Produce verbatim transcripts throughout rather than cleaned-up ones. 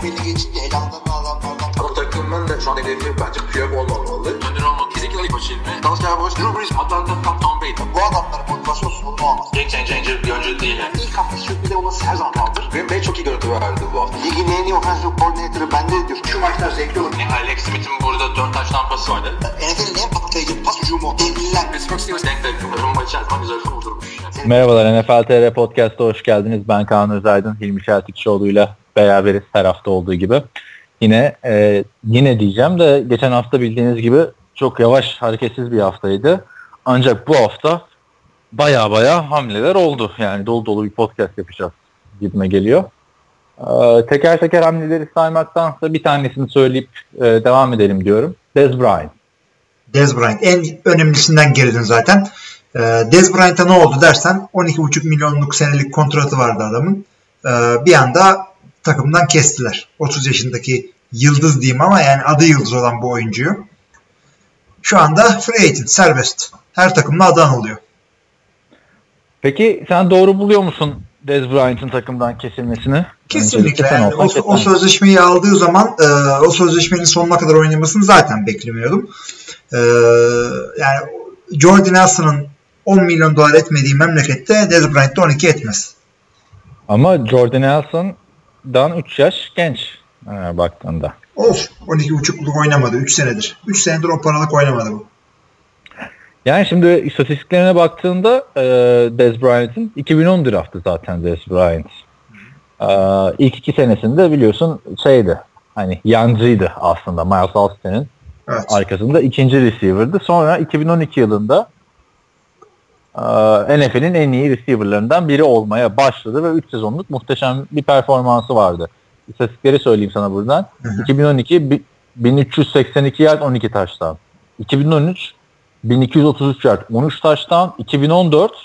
belli geçince elanlarını alanlardan. Ama takımın da şu an hedefi bence Piyok olmamalı. Önder olmak, kesinlikle ilk başı ilmi. Dalsya Boş, Drew Brees, Atlanta, Tom Brady. Bu adamların motivasyon sorunu olmaz. Game changer bir oyuncu değil. Yani. İlk hafta sürpriz olması her zaman kaldır. Green Bay çok iyi görüntü verdi bu hafta. Ligin en iyi offensive coordinator'ı bende diyor. Şu maçlar zevkli olur. Yani Alex Smith'in burada dört taş tampası vardı. N F L'in en patlayıcı pas hücumu. Devliler. Pittsburgh Steelers denk denk. Rumba içerisinde güzel kurdurmuş. Merhabalar, N F L T R Podcast'a hoş geldiniz. Ben Kaan Özaydın, Hilmi Çeltikçioğlu'yla beraberiz her hafta olduğu gibi. Yine e, yine diyeceğim de geçen hafta bildiğiniz gibi çok yavaş, hareketsiz bir haftaydı. Ancak bu hafta baya baya hamleler oldu. Yani dolu dolu bir podcast yapacağız gibime geliyor. E, teker teker hamleleri saymaktansa bir tanesini söyleyip e, devam edelim diyorum. Dez Bryant. Dez Bryant. En önemlisinden girdin zaten. E, Dez Bryant'a ne oldu dersen on iki buçuk milyonluk senelik kontratı vardı adamın. E, bir anda takımdan kestiler. otuz yaşındaki yıldız diyeyim ama yani adı yıldız olan bu oyuncuyu. Şu anda free agent, serbest. Her takımla adı anılıyor. Peki sen doğru buluyor musun Dez Bryant'ın takımdan kesilmesini? Kesinlikle. Yani o, o sözleşmeyi aldığı zaman e, o sözleşmenin sonuna kadar oynamasını zaten beklemiyordum. E, yani Jordy Nelson'ın on milyon dolar etmediği memlekette Dez Bryant da on iki etmez. Ama Jordy Nelson'dan üç yaş genç e, baktığında. Of, on iki buçukluk oynamadı üç senedir. üç senedir o paralık oynamadı bu. Yani şimdi istatistiklerine baktığında e, Dez Bryant'ın iki bin on draftı zaten Dez Bryant. E, ilk iki senesinde biliyorsun şeydi, hani yancıydı aslında Miles Austin'in evet. arkasında ikinci receiver'dı. Sonra iki bin on iki yılında e, N F L'in en iyi receiver'larından biri olmaya başladı ve üç sezonluk muhteşem bir performansı vardı. İstatistikleri söyleyeyim sana buradan. Hı hı. iki bin on iki bin üç yüz seksen iki yard on iki touchdown. iki bin on üç bin iki yüz otuz üç yard on üç touchdown. iki bin on dört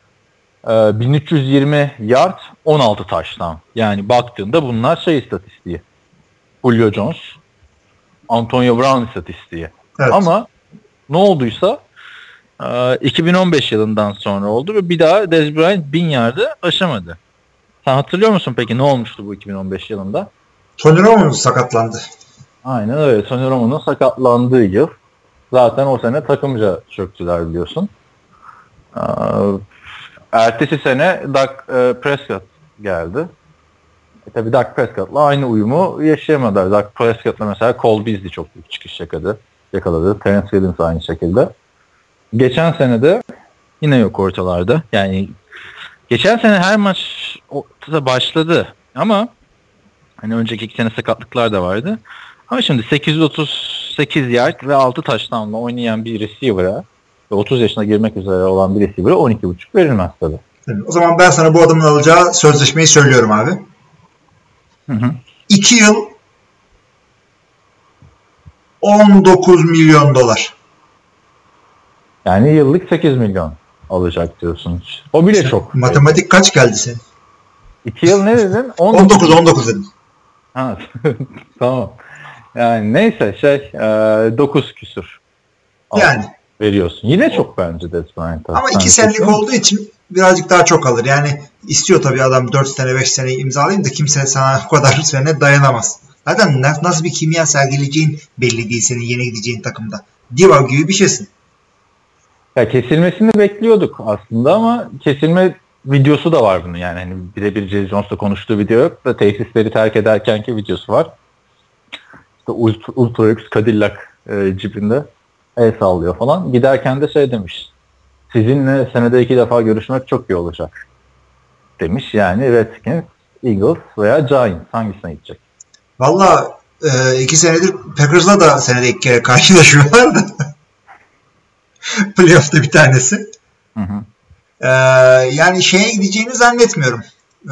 bin üç yüz yirmi yard on altı touchdown. Yani baktığında bunlar şey istatistiği. Julio Jones, Antonio Brown istatistiği. Evet. Ama ne olduysa iki bin on beş yılından sonra oldu ve bir daha Dez Bryant bin yardı aşamadı. Sen hatırlıyor musun peki ne olmuştu bu iki bin on beş yılında? Tony Romo sakatlandı. Aynen öyle. Tony Romo'nun sakatlandığı yıl. Zaten o sene takımca çöktüler biliyorsun. Ee, ertesi sene Dak e, Prescott geldi. E, tabii Dak Prescott'la aynı uyumu yaşayamadılar. Dak Prescott'la mesela Cole Beasley çok büyük çıkış yakaladı. yakaladı. Terence Williams aynı şekilde. Geçen sene de yine yok ortalarda. Yani geçen sene her maç ortada başladı ama hani önceki iki sene sakatlıklar da vardı. Ama şimdi sekiz yüz otuz sekiz yard ve altı touchdown'la oynayan bir receiver'a ve otuz yaşına girmek üzere olan bir receiver'a on iki buçuk verilmez tabii. O zaman ben sana bu adamın alacağı sözleşmeyi söylüyorum abi. Hı hı. iki yıl on dokuz milyon dolar. Yani yıllık sekiz milyon alacak diyorsunuz. O bile Sen, çok. Matematik evet. Kaç geldi senin? iki yıl ne dedin? on dokuz on dokuz dedim. Ha, tamam. Yani neyse şey dokuz küsür. Yani. Veriyorsun. Yine çok bence Dez Bryant'a. Ama iki senelik olduğu için birazcık daha çok alır. Yani istiyor tabii adam dört sene beş sene imzalayayım da kimse sana bu kadar sene dayanamaz. Zaten nasıl bir kimya sergileyeceğin belli değil senin yeni gideceğin takımda. Diva gibi bir şeysin. Ya kesilmesini bekliyorduk aslında ama kesilme videosu da var bunun. Yani hani birebir Jerry Jones'la konuştuğu video yok da tesisleri terk ederkenki videosu var. İşte Ultra, Ultra X Cadillac e, cibinde el sallıyor falan. Giderken de şey demiş. Sizinle senede iki defa görüşmek çok iyi olacak. Demiş yani Redskins, Eagles veya Giants hangisine gidecek? Valla e, iki senedir Packers'la da senede iki kere karşılaşıyorlar da. Playoff'ta bir tanesi. Hı hı. Ee, yani şeye gideceğini zannetmiyorum. Ee,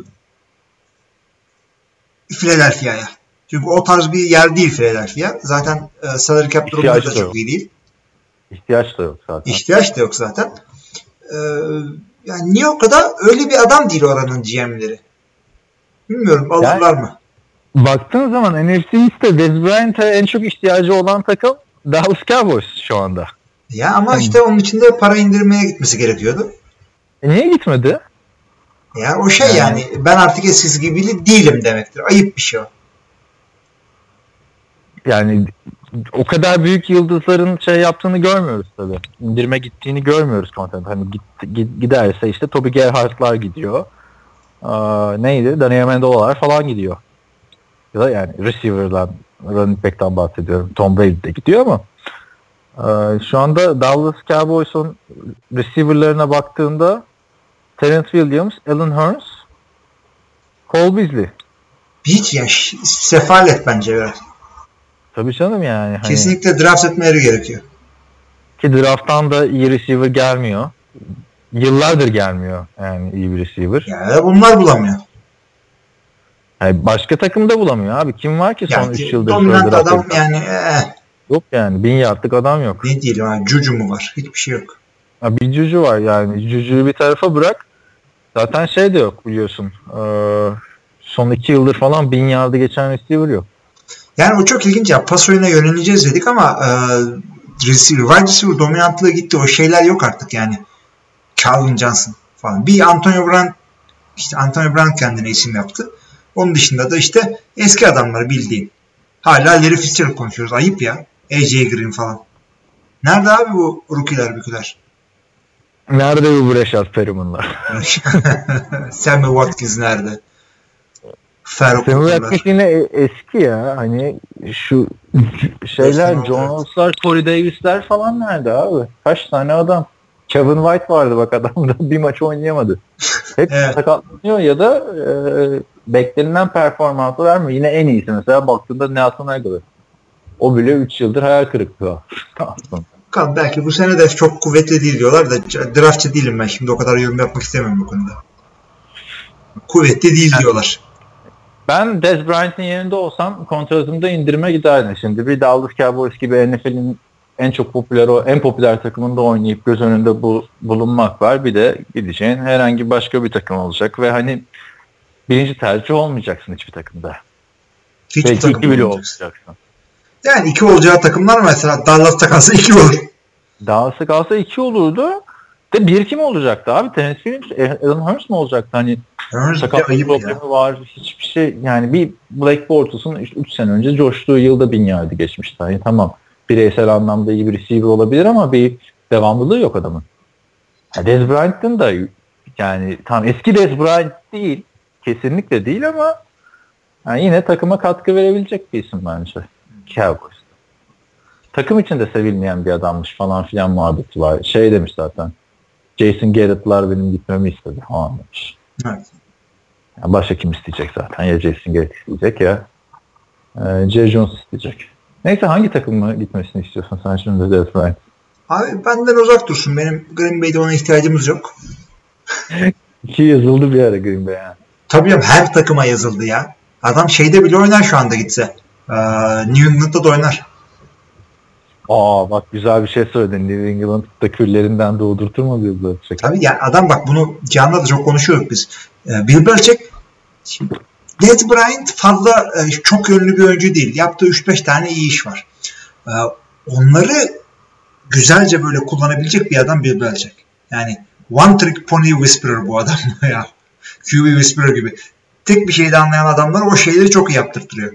Philadelphia'ya. Çünkü o tarz bir yer değil Philadelphia. Zaten e, salary cap durumunda da çok iyi değil. İhtiyaç da yok zaten. İhtiyaç da yok zaten. Ee, yani New York'ta öyle bir adam değil oranın G M'leri. Bilmiyorum alırlar yani, mı? Baktığın zaman N F C East'te Dez Bryant'a en çok ihtiyacı olan takım Dallas Cowboys şu anda. Ya ama hmm. işte onun için de para indirmeye gitmesi gerekiyordu. E niye gitmedi? Ya o şey yani, yani ben artık eskisi gibi değilim demektir. Ayıp bir şey o. yani o kadar büyük yıldızların şey yaptığını görmüyoruz tabii. İndirime gittiğini görmüyoruz content. Hani git, git, giderse işte Toby Gerhardt'lar gidiyor. Aa, neydi? Daniel Amendola'lar falan gidiyor. Ya da yani receiver'dan, running back'tan bahsediyorum. Tom Brady de gidiyor ama aa, şu anda Dallas Cowboys'un receiver'larına baktığında Terrence Williams, Allen Hurns, Cole Beasley. Hiç ya sefalet bence biraz. Tabii canım yani. Hani, kesinlikle draft etmeleri gerekiyor. ki draft'tan da iyi receiver gelmiyor. Yıllardır gelmiyor yani iyi bir receiver. Ya bunlar bulamıyor. Yani başka takımda bulamıyor abi. Kim var ki son Yani, üç yıldır? dominant adam yani eh. Yok yani. Bin yardlık adam yok. Ne diyelim ha, Cucu mu var? Hiçbir şey yok. Ha, bir Cucu var yani. Cucu'yu bir tarafa bırak. Zaten şey de yok biliyorsun. Ee, son iki yıldır falan bin yardı geçen receiver yok. Yani o çok ilginç ya. Pas oyuna yöneleceğiz dedik ama e, receiver, wide receiver dominantlığı gitti. O şeyler yok artık yani. Calvin Johnson falan. Bir Antonio Brown, işte Antonio Brown kendine isim yaptı. Onun dışında da işte eski adamları bildiğin. Hala Larry Fitzgerald konuşuyoruz. Ayıp ya. A J Green falan. Nerede abi bu rookie'ler büküler? Nerede bu Rashad Perriman'lar? Sammy Watkins nerede? Faruk Sammy Okurlar. Watkins yine eski ya. Hani şu şeyler, Eski, Jones'lar, Corey Davis'ler falan nerede abi? Kaç tane adam? Kevin White vardı bak, adam da bir maç oynayamadı. Hep Evet. sakatlanıyor ya da e, beklenilen performansı vermiyor. Yine en iyisi mesela baktığında Nelson Aguilar. O bile üç yıldır hayal kırıklığı. Bakalım, belki bu sene de çok kuvvetli değil diyorlar da draftçı değilim ben. Şimdi o kadar yorum yapmak istemiyorum bu konuda. Kuvvetli değil diyorlar. Ben Dez Bryant'in yerinde olsam kontratımda indirime giderdim. Şimdi bir Dallas Cowboys gibi N F L'in en çok popüler o en popüler takımında oynayıp göz önünde bu, bulunmak var. Bir de gideceğin herhangi başka bir takım olacak ve hani birinci tercih olmayacaksın hiçbir takımda. Hiçbir Belki takım iki bile olmayacaksın. olacaksın. Yani iki olacağı takımlar mesela Dallas'ta kalsa iki olur. Dallas'a kalsa iki olurdu. De bir kim olacaktı abi? Tennessee Williams, Allen Hurns mu olacaktı? Hani Hurns sakatlık problemi ya. var. Hiçbir şey yani bir Blake Bortles'un üç sene önce coştuğu yılda bin yardı geçmişti. Hani tamam bireysel anlamda iyi bir receiver olabilir ama bir devamlılığı yok adamın. Yani Dez Bryant'ın da yani tam eski Dez Bryant değil. Kesinlikle değil ama yani yine takıma katkı verebilecek bir isim bence. Cowboys. Takım içinde sevilmeyen bir adammış falan filan muhabbeti var. Şey demiş zaten. Jason Garrett'lar benim gitmemi istedi falan demiş. Evet. Yani başka kim isteyecek zaten? Ya Jason Garrett isteyecek ya e, Jerry Jones isteyecek. Neyse hangi takıma gitmesini istiyorsun sen şimdi Dez Bryant? Abi benden uzak dursun. Benim Green Bay'de ona ihtiyacımız yok. İki yazıldı bir ara Green Bay yani. Tabii ya, her takıma yazıldı ya. Adam şeyde bile oynar şu anda gitse. Ee, New England'da da oynar. Aa bak güzel bir şey söyledin. New England'da küllerinden doğdurtur mu diyordu? Tabii yani adam bak bunu Can'la da çok konuşuyoruz biz. Ee, Bill Belichick Dez Bryant fazla e, çok yönlü bir oyuncu değil. Yaptığı üç beş tane iyi iş var. Ee, onları güzelce böyle kullanabilecek bir adam Bill Belichick. Yani one trick pony whisperer bu adam ya. Q B whisperer gibi. Tek bir şeyde anlayan adamlar o şeyleri çok iyi yaptırtırıyor.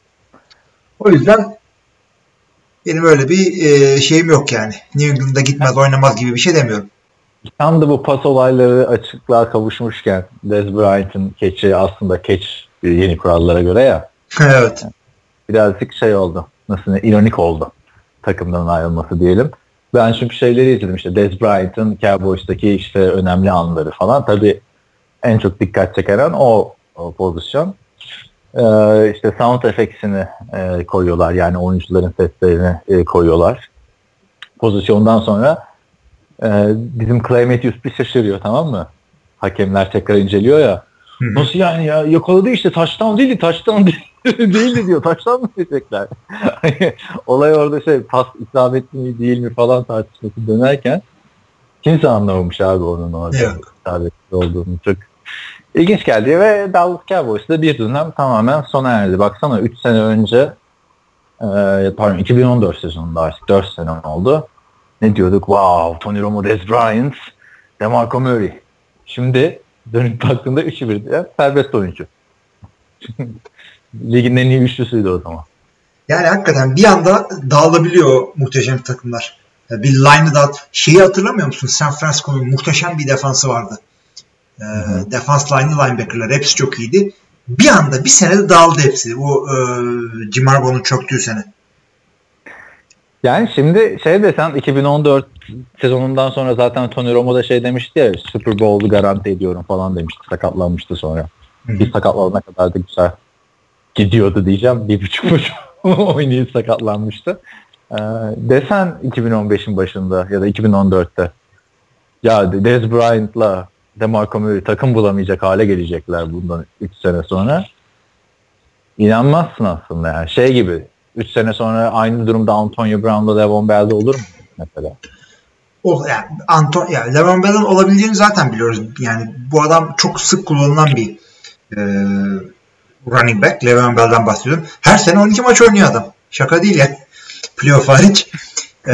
O yüzden benim öyle bir e, şeyim yok yani. New England'da gitmez oynamaz gibi bir şey demiyorum. Tam da bu pas olayları açıklığa kavuşmuşken Dez Bryant'ın keçi aslında catch yeni kurallara göre ya. Evet. Birazcık şey oldu. Nasıl ne, ironik oldu. Takımdan ayrılması diyelim. Ben çünkü şeyleri izledim işte Dez Bryant'ın Cowboys'taki işte önemli anları falan. Tabii en çok dikkat çeken o, o pozisyon. Ee, işte sound effects'ini e, koyuyorlar. Yani oyuncuların seslerini e, koyuyorlar. Pozisyondan sonra e, bizim Clay Matthews bir şaşırıyor, tamam mı? Hakemler tekrar inceliyor ya. Hı-hı. Nasıl yani ya? Yakaladı işte. Touchdown değildi. Touchdown değildi diyor. Touchdown mı diyecekler? Olay orada şey pas isabetli mi değil mi falan tartışması dönerken kimse anlamamış abi onun orada isabetli olduğunu. Çok İlginç geldi ve Dallas Cowboys'da bir dönem tamamen sona erdi. Baksana üç sene önce e, pardon iki bin on dört sezonunda artık dört sene oldu. Ne diyorduk? Wow, Tony Romo, Dez Bryant, DeMarco Murray. Şimdi dönüp baktığında üçü bir diye serbest oyuncu. Ligin en iyi üçlüsüydü o zaman. Yani hakikaten bir anda dağılabiliyor muhteşem takımlar. Yani bir line'ı dağıt. Şeyi hatırlamıyor musun? San Francisco'nun muhteşem bir defansı vardı. Ee, defans line'ı, linebacker'lar hepsi çok iyiydi. Bir anda bir senede dağıldı hepsi. O e, Jim Harbaugh'un çöktüğü sene. Yani şimdi şey desen iki bin on dört sezonundan sonra zaten Tony Romo da şey demişti ya, Super Bowl'u garanti ediyorum falan demişti. Sakatlanmıştı sonra. Hı-hı. Bir sakatlanana kadar da güzel gidiyordu diyeceğim. Bir buçuk buçuk oynayıp sakatlanmıştı. Ee, desen iki bin on beşin başında ya da iki bin on dörtte ya Dez Bryant'la DeMarco Murray takım bulamayacak hale gelecekler bundan üç sene sonra. İnanmazsın aslında yani. Şey gibi üç sene sonra aynı durumda Antonio Brown'la Le'Veon Bell'de olur mu mesela? O, yani Anton, yani Le'Veon Bell'in olabildiğini zaten biliyoruz. Yani bu adam çok sık kullanılan bir e, running back. Le'Veon Bell'den bahsediyorum. Her sene on iki maç oynuyor adam. Şaka değil ya. Playoff hariç. E,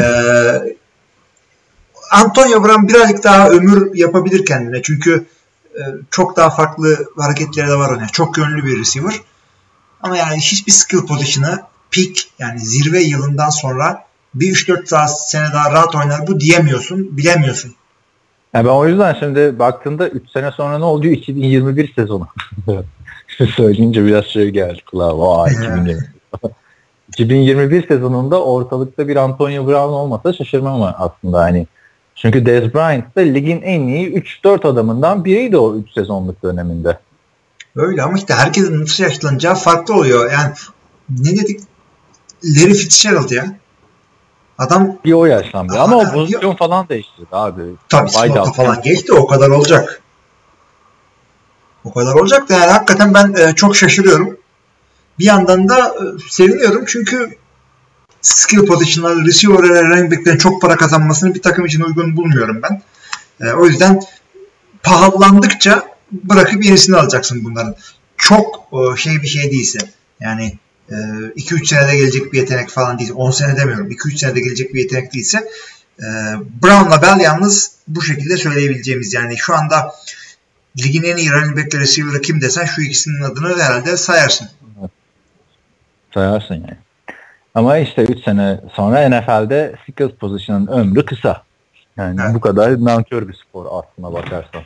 Antonio Brown birazcık daha ömür yapabilir kendine. Çünkü e, çok daha farklı hareketleri de var onun. Yani çok yönlü bir receiver. Ama yani hiçbir skill pozisyonu peak yani zirve yılından sonra bir üç dört sene daha rahat oynar bu diyemiyorsun, bilemiyorsun. Yani ben o yüzden şimdi baktığımda üç sene sonra ne oluyor? iki bin yirmi bir sezonu. Söyleyince biraz şey geldi kulağa. Vay iki bin yirmi. iki bin yirmi bir sezonunda ortalıkta bir Antonio Brown olmasa şaşırmam aslında hani. Çünkü Dez Bryant da ligin en iyi üç dört adamından biriydi o üç sezonluk döneminde. Öyle ama işte herkesin nasıl yaşlanacağı farklı oluyor. Yani ne dedik? Larry Fitzgerald ya. Adam bir o yaşlandı ama o pozisyon ya, falan değiştirdi abi. Tabii slot'a falan geçti o kadar olacak. O kadar olacak da yani hakikaten ben e, çok şaşırıyorum. Bir yandan da e, seviniyorum çünkü skill position'lar, receiver ve running back'lerin çok para kazanmasını bir takım için uygun bulmuyorum ben. E, o yüzden pahalandıkça bırakıp yenisini alacaksın bunların. Çok e, şey bir şey değilse yani iki üç senede gelecek bir yetenek falan değil. on sene demiyorum. iki üç senede gelecek bir yetenek değilse e, Brown'la Bell yalnız bu şekilde söyleyebileceğimiz yani şu anda ligin en iyi running back receiver'ı kim desen şu ikisinin adını herhalde sayarsın. Sayarsın yani. Ama işte üç sene sonra N F L'de skills pozisyonun ömrü kısa. Yani evet. Bu kadar nankör bir spor aslına bakarsan.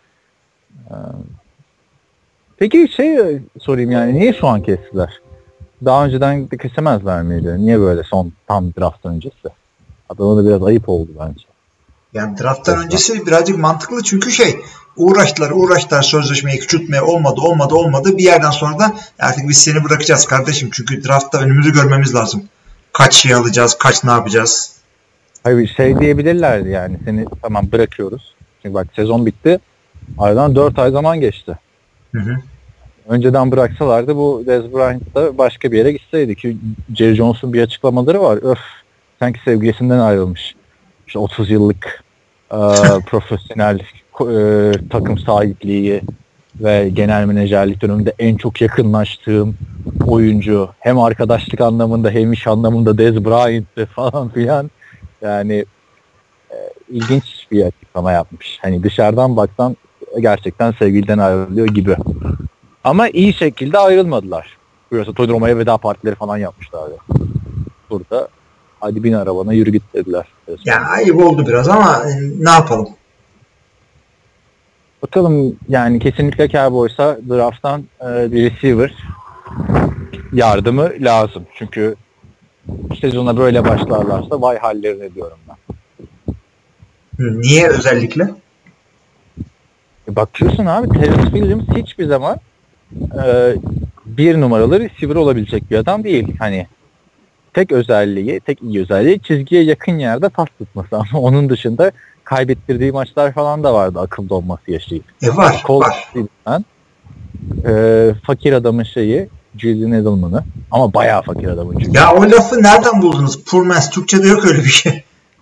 Peki şey sorayım yani niye şu an kestiler? Daha önceden de kesemezler miydi? Niye böyle son tam draft öncesi? Adana da biraz ayıp oldu bence. Yani drafttan öncesi birazcık mantıklı çünkü şey uğraştılar uğraştılar sözleşmeyi küçültmeye olmadı olmadı olmadı bir yerden sonra da artık biz seni bırakacağız kardeşim çünkü draftta önümüzü görmemiz lazım. Kaç şey alacağız, kaç ne yapacağız? Hayır şey diyebilirlerdi yani seni tamam bırakıyoruz. Çünkü bak sezon bitti. Aradan dört ay zaman geçti. Hı hı. Önceden bıraksalardı bu Dez Bryant da başka bir yere gitseydi ki Jerry Jones'un bir açıklamaları var. Öf sanki sevgilisinden ayrılmış. İşte otuz yıllık e, profesyonel e, takım sahipliği ve genel menajerlik döneminde en çok yakınlaştığım oyuncu hem arkadaşlık anlamında hem iş anlamında Dez Bryant'tı falan filan. Yani e, ilginç bir açıklama yapmış. Hani dışarıdan baksan gerçekten sevgiliden ayrılıyor gibi. Ama iyi şekilde ayrılmadılar. Burası Tony Romo'ya veda partileri falan yapmışlardı. Burada hadi bin arabana yürü git dediler. Ya ayıp oldu biraz ama ne yapalım? Bakalım yani kesinlikle Cowboys'a draft'tan e, bir receiver yardımı lazım. Çünkü sezona böyle başlarlarsa vay hallerine diyorum ben. Niye özellikle? E bakıyorsun abi Terrence Williams hiçbir zaman e, bir numaralı receiver olabilecek bir adam değil. Hani tek özelliği, tek iyi özelliği çizgiye yakın yerde pas tutması ama onun dışında kaybettirdiği maçlar falan da vardı akıl donması yaşayıp. E var, Col- var. Ben, e, fakir adamın şeyi Julian Edelman'ı ama bayağı fakir adamın çünkü. Ya o lafı nereden buldunuz? Poor man's Türkçe'de yok öyle bir şey.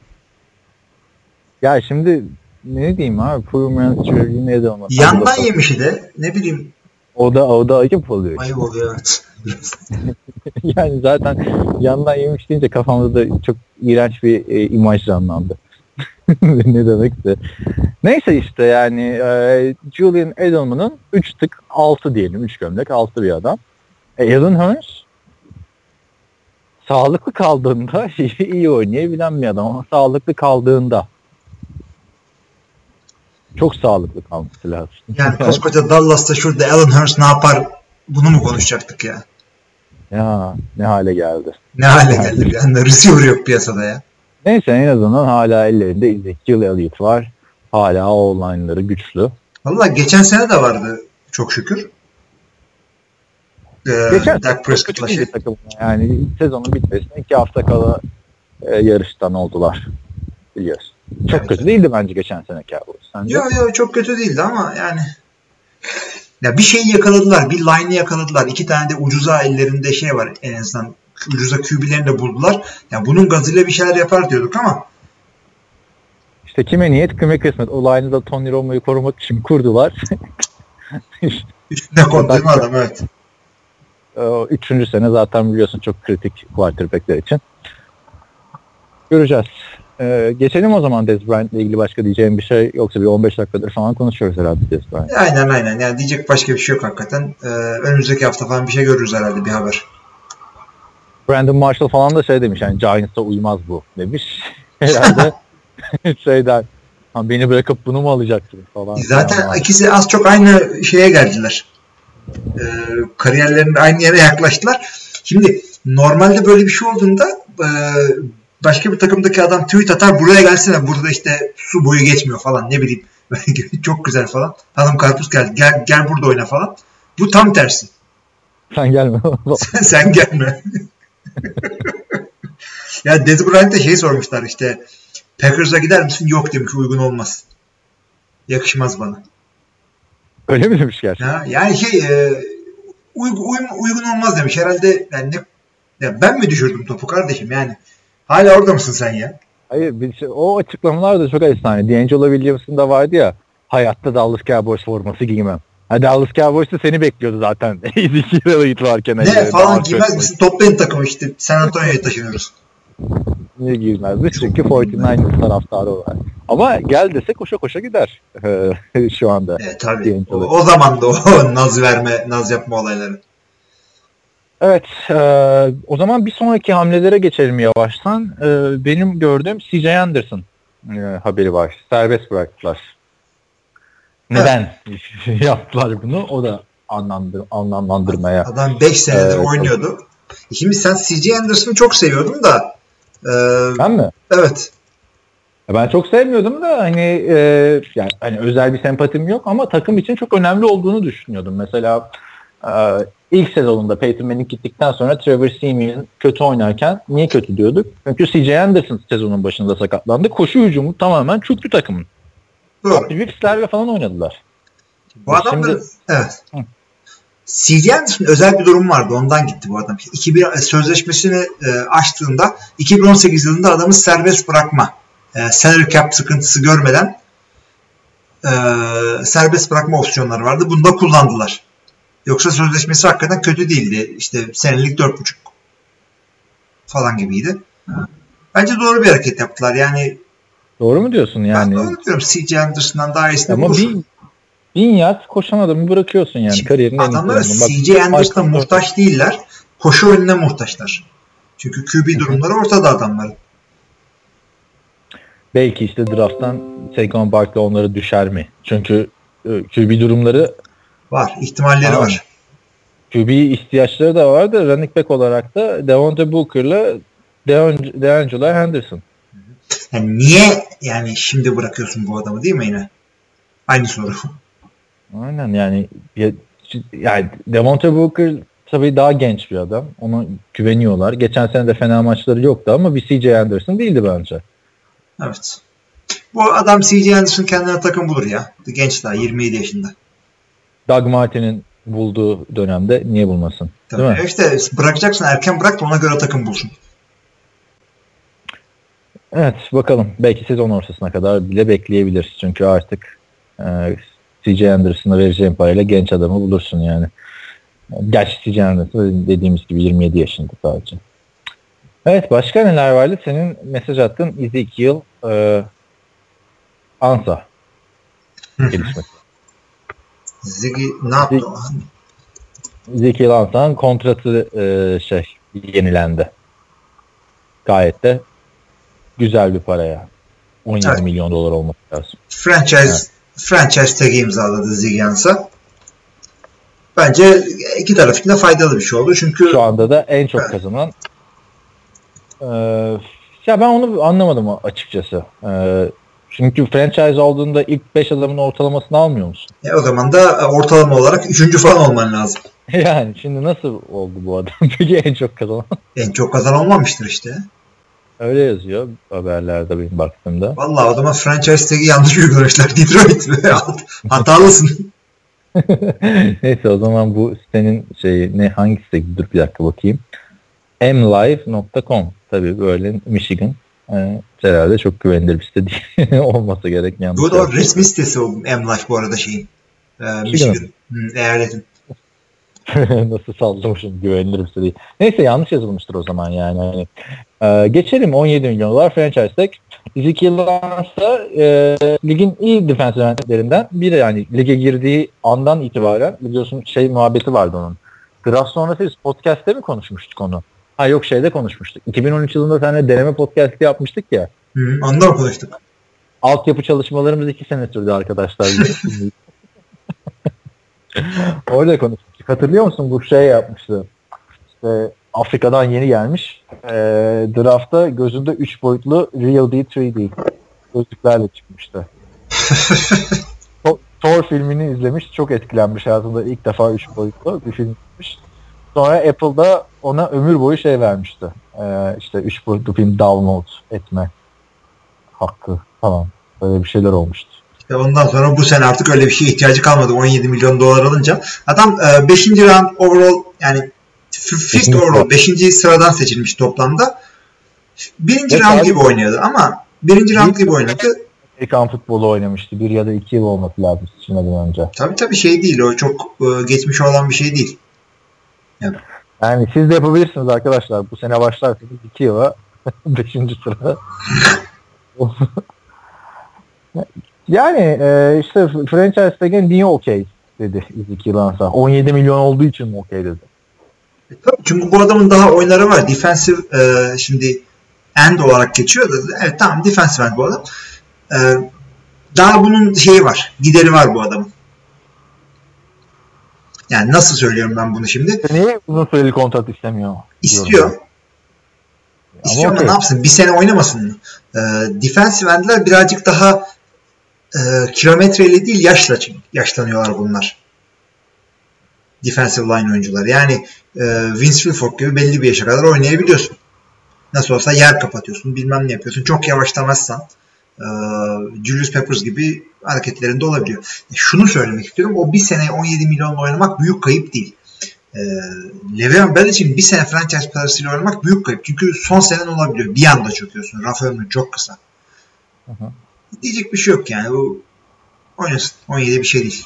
Ya şimdi ne diyeyim abi Poor man's Julian Edelman. Yandan yemişi de ne bileyim. O da o da ayıp oluyor. Ayıp oluyor evet. Yani zaten yandan yemiş deyince kafamda da çok iğrenç bir e, imaj canlandı. Ne demekse. Neyse işte yani e, Julian Edelman'ın üç tık altı diyelim. üç gömlek altı bir adam. E, Alan Hurns sağlıklı kaldığında iyi oynayabilen bir adam ama sağlıklı kaldığında çok sağlıklı kalması lazım. Yani koskoca Dallas'ta şurada Allen Hurst ne yapar? Bunu mu konuşacaktık ya? Ya ne hale geldi. Ne hale geldi? Yani receiver yok piyasada ya. Neyse en azından hala ellerinde Ezekiel Elliott var. Hala o line'ları güçlü. Valla geçen sene de vardı çok şükür. Ee, Geçen Dak Prescott'la şey. takım. Yani sezonun bitmesine iki hafta kala e, yarıştan oldular. Biliyorsun. Çok Evet. kötü değildi bence geçen sene Cowboys. Yok yok çok kötü değildi ama yani ya bir şeyi yakaladılar. Bir line'ı yakaladılar. İki tane de ucuza ellerinde şey var en azından. Ucuza Q B'lerini de buldular. Ya yani bunun gazıyla bir şeyler yapar diyorduk ama İşte kime niyet kime kısmet. O line'ı da Tony Romo'yu korumak için kurdular. üstüne kondu değil mi adam? Evet. Üçüncü sene zaten biliyorsun çok kritik quarterback'ler için. Göreceğiz. Ee, geçelim o zaman Dez Bryant'la ilgili başka diyeceğim bir şey yoksa bir on beş dakikadır falan konuşuyoruz herhalde Dez Bryant. Aynen aynen. Yani diyecek başka bir şey yok hakikaten. Ee, önümüzdeki hafta falan bir şey görürüz herhalde bir haber. Brandon Marshall falan da şey demiş yani Giants'a uymaz bu demiş. Herhalde şeyden beni bırakıp bunu mu alacaksınız falan. Zaten falan. ikisi az çok aynı şeye geldiler. Ee, kariyerlerinde aynı yere yaklaştılar. Şimdi normalde böyle bir şey olduğunda e, başka bir takımdaki adam tweet atar buraya gelsene burada işte su boyu geçmiyor falan ne bileyim çok güzel falan. Hanım karpuz gel, gel gel burada oyna falan. Bu tam tersi. Sen gelme. sen, sen gelme. Ya Dez Bryant'e şey sormuşlar işte Packers'a gider misin? Yok demiş uygun olmaz. Yakışmaz bana. Öyle mi demiş gerçekten? Ha, yani şey e, uygun, uygun olmaz demiş. Herhalde yani ne, ya ben mi düşürdüm topu kardeşim yani. Hala orada mısın sen ya? Hayır bir şey, o açıklamalar da çok efsane. D'Angelo Williams'ın da vardı ya hayatta Dallas Cowboys forması giymem. Ha, Dallas Cowboys da seni bekliyordu zaten. Ezekiel Elliott varken. Ne hani, falan giymez misin? Toplayın takımı işte. San Antonio'ya taşınıyoruz. Niye girmezdi? Çünkü kırk dokuz taraftarı var. Ama gel dese koşa koşa gider şu anda. Evet tabii. O, o zaman da o naz verme, naz yapma olayları. Evet. E, o zaman bir sonraki hamlelere geçelim yavaştan. E, benim gördüğüm C J Anderson e, haberi var. Serbest bıraktılar. Neden evet. yaptılar bunu? O da anlamlandır, anlamlandırmaya. Adam beş senedir evet. oynuyordu. Şimdi sen C J Anderson'ı çok seviyordun da. E, ben mi? Evet. Ben çok sevmiyordum da hani e, yani hani özel bir sempatim yok ama takım için çok önemli olduğunu düşünüyordum. Mesela e, ilk sezonunda Peyton Manning gittikten sonra Trevor Siemian kötü oynarken niye kötü diyorduk? Çünkü C J Anderson sezonun başında sakatlandı. Koşu hücumu tamamen çöktü takımın. Doğru. Wilks'lerle falan oynadılar. Bu adam da evet. Hı. C J Anderson özel bir durum vardı. Ondan gitti bu adam. iki bin sözleşmesini e, açtığında iki bin on sekiz yılında adamı serbest bırakma e, salary cap sıkıntısı görmeden e, serbest bırakma opsiyonları vardı. Bunu da kullandılar. Yoksa sözleşmesi hakikaten kötü değildi. İşte senelik dört buçuk falan gibiydi. Bence doğru bir hareket yaptılar. Yani doğru mu diyorsun yani? Ben doğru diyorum. C J Anderson'dan daha iyisini ama bulursun. Bin, bin yard koşan adamı bırakıyorsun yani. Şimdi kariyerin en iyi adamlar C J Anderson'a muhtaç değiller. Koşu önüne muhtaçlar. Çünkü Q B durumları ortada adamların. Belki işte draft'tan Saquon Barkley onları düşer mi? Çünkü Q B durumları var. İhtimalleri Aa, var. Q B ihtiyaçları da var da running back olarak da Devontae Booker'la DeAngelo Henderson. Yani niye yani şimdi bırakıyorsun bu adamı değil mi yine? Aynı soru. Aynen yani yani Devontae Booker tabii daha genç bir adam. Ona güveniyorlar. Geçen sene de fena maçları yoktu ama bir C J Anderson değildi bence. Evet. Bu adam C J Anderson kendine takım bulur ya. Genç daha yirmi yedi yaşında. Doug Martin'in bulduğu dönemde niye bulmasın? Tabii. Değil mi? İşte bırakacaksın erken bırak da ona göre takım bulsun. Evet bakalım. Belki sezon ortasına kadar bile bekleyebiliriz. Çünkü artık e, C J Anderson'a vereceğim parayla genç adamı bulursun yani. Gerçi C J Anderson dediğimiz gibi yirmi yedi yaşında sadece. Evet başka neler vardı? Senin mesaj attığın Ezekiel e, Ansah gelişmesi. Ziggy ne yaptı o? Ezekiel Ansah'ın kontratı e, şey yenilendi. gayet de güzel bir para ya. on yedi Evet. milyon dolar olması lazım. Franchise Evet. franchise tag'i imzaladı Ziggians'a. Bence iki taraf için de faydalı bir şey oldu. Çünkü Şu anda da en çok Evet. kazanan ee, ya ben onu anlamadım açıkçası. Ee, çünkü franchise olduğunda ilk beş adamın ortalamasını almıyor musun? e, o zaman da ortalama olarak üçüncü falan olman lazım. Yani şimdi nasıl oldu bu adam? Peki en çok kazanan? En çok kazan olmamıştır işte. Öyle yazıyor haberlerde benim baktığımda. Vallahi o zaman franchise tag'i yanlış uygulamışlar. Detroit hatalısın. Neyse o zaman bu sitenin şeyi ne hangi site? Dur bir dakika bakayım. m live nokta com tabii böyle Michigan. Ee, herhalde çok güvenilir bir site değil. Olması gerek yanlış. Bu da resmi sitesi o M-Life bu arada şeyin. Ee, Michigan. Hı, eyaletin. Nasıl sallamışım güvenilir bir site değil. Neyse yanlış yazılmıştır o zaman yani. Hani, e, geçelim on yedi milyon dolar franchise tag. Ezekiel Lawrence'da e, ligin iyi defensive endlerinden biri yani lige girdiği andan itibaren biliyorsun şey muhabbeti vardı onun. Draft sonrası biz podcast'te mi konuşmuştuk onu? Ha yok şeyde konuşmuştuk. iki bin on üç yılında seninle deneme podcast'i yapmıştık ya. Hı, ondan mı konuştuk? Altyapı çalışmalarımız iki sene sürdü arkadaşlar. Orada konuştuk. Hatırlıyor musun? Bu şey yapmıştı. İşte Afrika'dan yeni gelmiş. E, draftta gözünde üç boyutlu Real D üç D gözlüklerle çıkmıştı. Thor filmini izlemiş. Çok etkilenmiş. Hayatında ilk defa üç boyutlu bir film izlemiş. Sonra Apple'da ona ömür boyu şey vermişti. E, işte üç boyutlu film download etme hakkı falan. Böyle bir şeyler olmuştu. İşte ondan sonra bu sene artık öyle bir şeye ihtiyacı kalmadı. on yedi milyon dolar alınca. Adam beşinci round overall yani fifth overall beşinci sıradan seçilmiş toplamda. Birinci Evet, round abi. gibi oynuyordu ama birinci round gibi oynadı. Amerikan futbolu oynamıştı. Bir ya da iki yıl olması lazım seçilmeden önce. Tabii tabii şey değil. O çok e, geçmiş olan bir şey değil. Yani, Yani siz de yapabilirsiniz arkadaşlar. Bu sene başlarsanız iki yıla beşinci sıra. Yani e, işte franchise tag'e niye okey dedi Ezekiel Lawrence'a. on yedi milyon olduğu için mi okey dedi? tabii çünkü bu adamın daha oyunları var. Defensive e, şimdi end olarak geçiyor da evet tamam defensive end bu adam. E, daha bunun şeyi var. Gideri var bu adamın. Yani nasıl söylüyorum ben bunu şimdi? Niye uzun süreli kontrat istemiyor? İstiyor. Ama İstiyor ama okey. ne yapsın? Bir sene oynamasın mı? E, defensive end'ler birazcık daha e, kilometreyle değil yaşla yaşlanıyorlar bunlar. Defensive line oyuncular. Yani e, Vince Wilfork gibi belli bir yaşa kadar oynayabiliyorsun. Nasıl olsa yer kapatıyorsun. Bilmem ne yapıyorsun. Çok yavaşlamazsan e, Julius Peppers gibi hareketlerinde olabiliyor. E, şunu söylemek istiyorum. O bir sene on yedi milyonla oynamak büyük kayıp değil. E, Le'Veon Bell için bir sene franchise parasıyla oynamak büyük kayıp. Çünkü son senen olabiliyor. Bir anda çöküyorsun. Raf ömrü çok kısa. Hı hı. Diyecek bir şey yok yani. O oynasın. on yedi bir şey değil.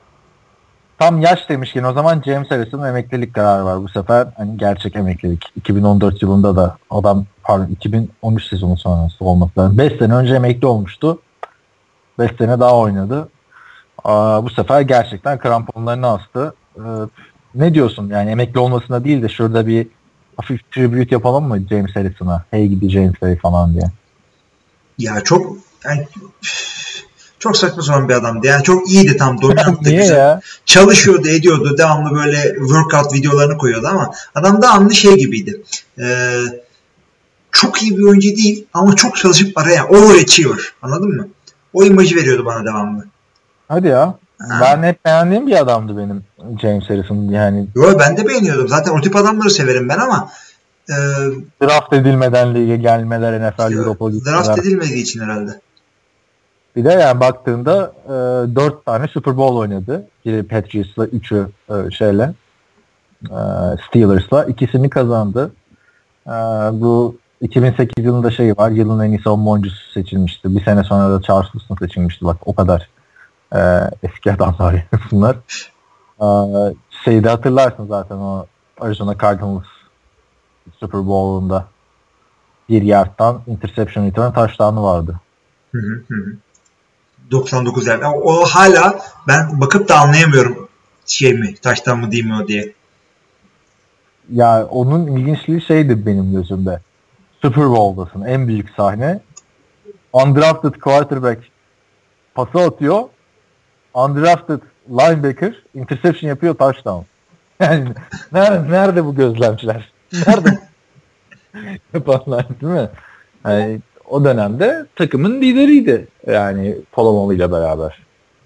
Tam yaş demişken o zaman James Harris'in emeklilik kararı var bu sefer. Hani gerçek emeklilik. iki bin on dört yılında da adam pardon iki bin on üç sezonu sonrası olması lazım. beş sene önce emekli olmuştu. beş sene daha oynadı. Aa, bu sefer gerçekten kramponlarını astı. Ee, ne diyorsun? Yani emekli olmasına değil de şurada bir hafif tribute yapalım mı James Harris'ına? Hey gidi James Harris falan diye. Ya çok yani, çok saçma sapan bir adamdı. Yani çok iyiydi tam dominanttı. Niye güzel. ya? Çalışıyordu, ediyordu. Devamlı böyle workout videolarını koyuyordu ama adam da anlı şey gibiydi. Ee, çok iyi bir oyuncu değil ama çok çalışıp araya overachiever. Anladın mı? O imajı veriyordu bana devamlı. Hadi ya. Ha. Ben hep beğendiğim bir adamdı benim James Harris'in yani. Yo ben de beğeniyordum. Zaten o tip adamları severim ben ama e, Draft edilmeden lige gelmeler N F L Europa gitmeler. draft edilmediği için herhalde. Bir de yani baktığında e, dört tane Super Bowl oynadı. Biri Patriots'la, üçü e, şeyle e, Steelers'la. İkisini kazandı. E, bu iki bin sekiz yılında şey var. Yılın en iyi savunma oyuncusu seçilmişti. Bir sene sonra da Charles Woodson seçilmişti. Bak o kadar e, eski adamlar yani bunlar. E, şeyi de hatırlarsın zaten o Arizona Cardinals Super Bowl'unda bir yardtan interception return touchdown'u vardı. Hı hı hı. doksan dokuz yani. O hala ben bakıp da anlayamıyorum şey mi, taştan mı değil mi o diye. Ya onun ilginçliği şeydi benim gözümde. Super Bowl'dasın. En büyük sahne. Undrafted quarterback pası atıyor. Undrafted linebacker interception yapıyor, touchdown. Yani nerede, nerede bu gözlemciler? Nerede yapanlar, değil mi? Yani o dönemde takımın lideriydi. Yani Palomalı ile beraber.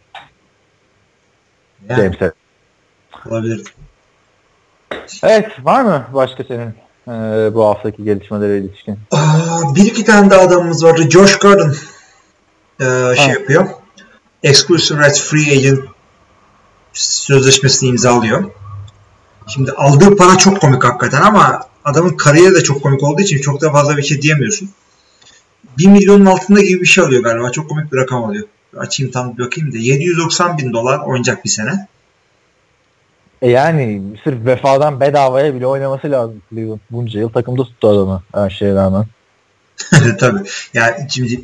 Yani, James'e. olabilir. Evet, var mı başka senin e, bu haftaki gelişmelere ilişkin? Aa, bir iki tane daha adamımız vardı. Josh Gordon e, şey yapıyor. Exclusive Rights Free Agent sözleşmesini imzalıyor. Şimdi aldığı para çok komik hakikaten ama adamın kariyeri de çok komik olduğu için çok da fazla bir şey diyemiyorsun. bir milyonun altında gibi bir şey alıyor galiba. Çok komik bir rakam alıyor. Açayım tam bir bakayım da. yedi yüz doksan bin dolar oynayacak bir sene. E yani sırf vefadan bedavaya bile oynaması lazım Cleveland. Bunca yıl takımda tuttu adamı her şeye rağmen. Tabii. Yani şimdi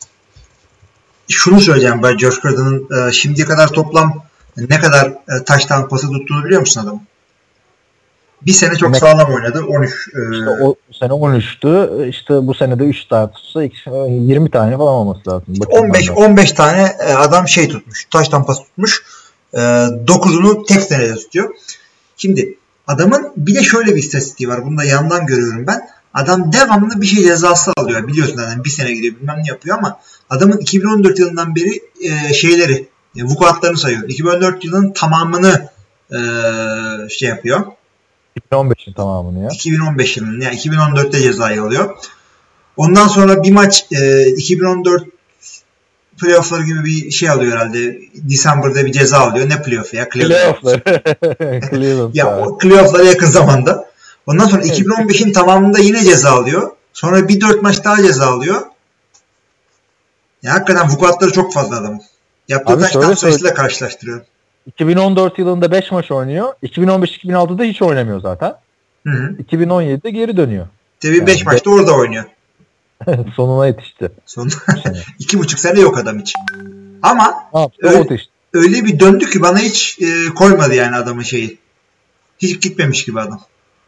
şunu söyleyeceğim ben Josh Gordon'ın e, şimdiye kadar toplam ne kadar e, touchdown pası tuttuğunu biliyor musun adamın? Bir sene çok ne? Sağlam oynadı. on üç. E, işte o sene on üçtü. İşte bu sene de üç tane tutsa yirmi tane falan olması lazım. Bakın on beş on beş tane adam şey tutmuş. Touchdown pası tutmuş. dokuzunu tek senede tutuyor. Şimdi adamın bir de şöyle bir istatistiği var. Bunu da yandan görüyorum ben. Adam devamlı bir şey cezası alıyor. Biliyorsun zaten bir sene gidiyor bilmem ne yapıyor ama adamın iki bin on dört yılından beri e, şeyleri e, vukuatlarını sayıyor. iki bin on dört yılının tamamını e, şey yapıyor. iki bin on beşin tamamını ya. iki bin on beş yılının yani iki bin on dörtte cezayı alıyor. Ondan sonra bir maç e, iki bin on dört playoff'ları gibi bir şey alıyor herhalde. December'da bir ceza alıyor. Ne playoff'u ya? Playoff'ları. Ya o playoff'lara yakın zamanda. Ondan sonra iki bin on beşin tamamında yine ceza alıyor. Sonra bir dört maç daha ceza alıyor. Ya hakikaten vukuatları çok fazla adamın. Yaptığı taştan sayısıyla karşılaştırıyorum. iki bin on dört yılında beş maç oynuyor. iki bin on beş iki bin altıda hiç oynamıyor zaten. Hı hı. iki bin on yedide geri dönüyor. Tabii yani beş maçta orada oynuyor. Sonuna yetişti. Son iki buçuk sene yok adam hiç. Ama ha, öyle, işte. öyle bir döndü ki bana hiç e, koymadı yani adamın şeyi. Hiç gitmemiş gibi adam.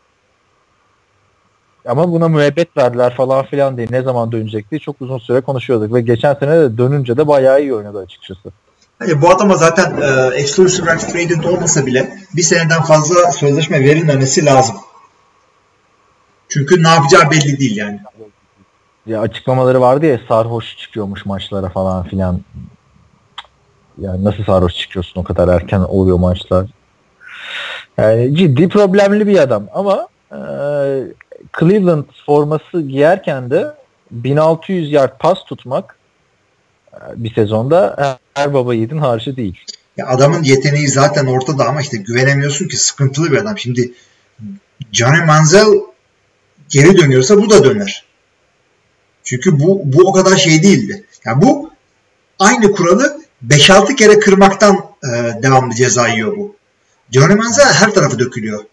Ama buna müebbet verdiler falan filan diye ne zaman dönecek diye çok uzun süre konuşuyorduk ve geçen sene de dönünce de bayağı iyi oynadı açıkçası. Hani bu adama zaten e, exclusive rights free agent olmasa bile bir seneden fazla sözleşme verilmemesi lazım. Çünkü ne yapacağı belli değil yani. Ya açıklamaları vardı ya sarhoş çıkıyormuş maçlara falan filan. Yani nasıl sarhoş çıkıyorsun o kadar erken oluyor maçlar. Yani ciddi problemli bir adam ama e, Cleveland forması giyerken de bin altı yüz yard pas tutmak e, bir sezonda her, her baba yiğidin harcı değil. Ya adamın yeteneği zaten ortada ama işte güvenemiyorsun ki sıkıntılı bir adam. Şimdi Johnny Manziel geri dönüyorsa bu da döner. Çünkü bu bu o kadar şey değildi. Yani bu aynı kuralı beş altı kere kırmaktan e, devamlı ceza yiyor bu. Johnny Manziel her tarafı dökülüyor.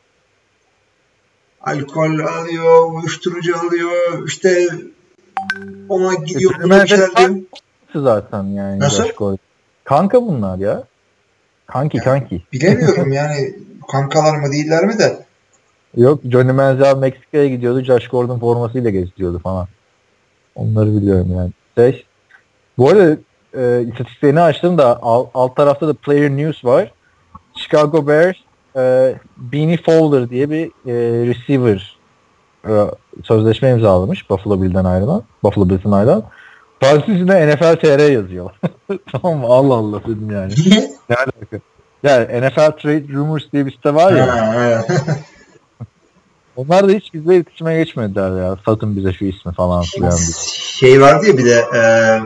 Alkol alıyor, uyuşturucu alıyor, işte ona gidiyor, e, bir şeyler diyor. Zaten yani. Nasıl? Kanka bunlar ya. Kanki yani, kanki. Bilemiyorum yani kankalar mı değiller mi de. Yok Johnny Manziel Meksika'ya gidiyordu. Josh Gordon formasıyla geziyordu falan. Onları biliyorum yani. Şey, bu arada e, istatistiklerini açtım da alt, alt tarafta da Player News var. Chicago Bears e, Beanie Fowler diye bir e, receiver e, sözleşme imzalamış Buffalo Bills'den ayrılan. Buffalo Bills'den ayrılan. Partisinde N F L T R yazıyor. Tamam mı? Allah Allah dedim yani. Ne alaka? Yani N F L Trade Rumors diye bir site var ya. Onlar da hiç bizle iletişime geçmediler ya. Satın bize şu ismi falan filan. Şey vardı ya bir de e,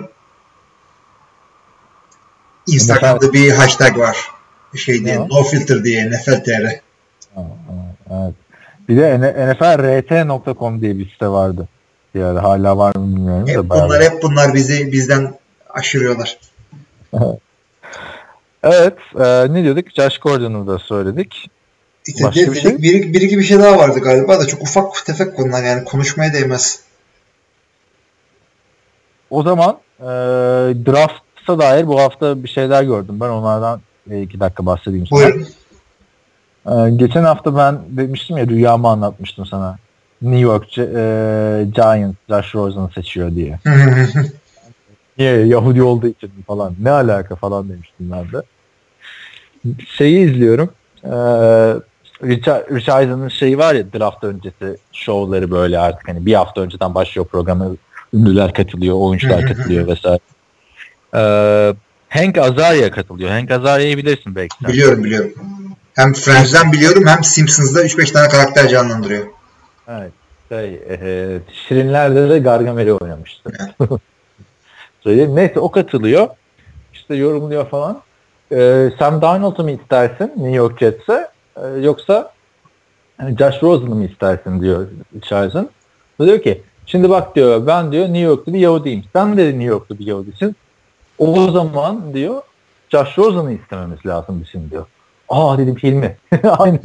Instagram'da bir hashtag var. Şey diye, no filter diye N F L T R. Evet. Bir de N F L R T nokta com diye bir site vardı. Yani hala var mı bilmiyorum. Hep da bunlar bayağı... hep bunlar bizi bizden aşırıyorlar. Evet. E, ne diyorduk? Josh Gordon'u da söyledik. İşte de, bir, şey? bir, bir iki bir şey daha vardı galiba da çok ufak tefek konular yani konuşmaya değmez. O zaman e, draft'a dair bu hafta bir şeyler gördüm. Ben onlardan e, iki dakika bahsedeyim sana. Buyurun. E, geçen hafta ben demiştim ya rüyamı anlatmıştım sana. New York e, Giants Josh Rosen'ı seçiyor diye. Niye? Yahudi olduğu için falan. Ne alaka falan demiştim ben de. Şeyi izliyorum. Ee, Richard, Richard Eisen'ın şeyi var ya, draft öncesi şovları böyle artık hani bir hafta önceden başlıyor programı. Ünlüler katılıyor, oyuncular katılıyor vesaire. Ee, Hank Azaria katılıyor. Hank Azaria'yı bilirsin belki sen. Biliyorum biliyorum. Hem Friends'den biliyorum hem Simpsons'da üç beş tane karakter canlandırıyor. Evet. Şey, e, Şirinler'de de Gargamel'i oynamıştı. Söyleyeyim. Neyse o katılıyor. İşte yorumluyor falan. Ee, Sam Darnold'u mu istersin New York Jets'e ee, yoksa yani Josh Rosen'ı mı istersin diyor Charles'ın. O diyor ki şimdi bak diyor ben diyor New York'ta bir Yahudiyim. Sen de New York'ta bir Yahudisin. O zaman diyor Josh Rosen'ı istememiz lazım bizim diyor. Aa dedim Hilmi. Aynen.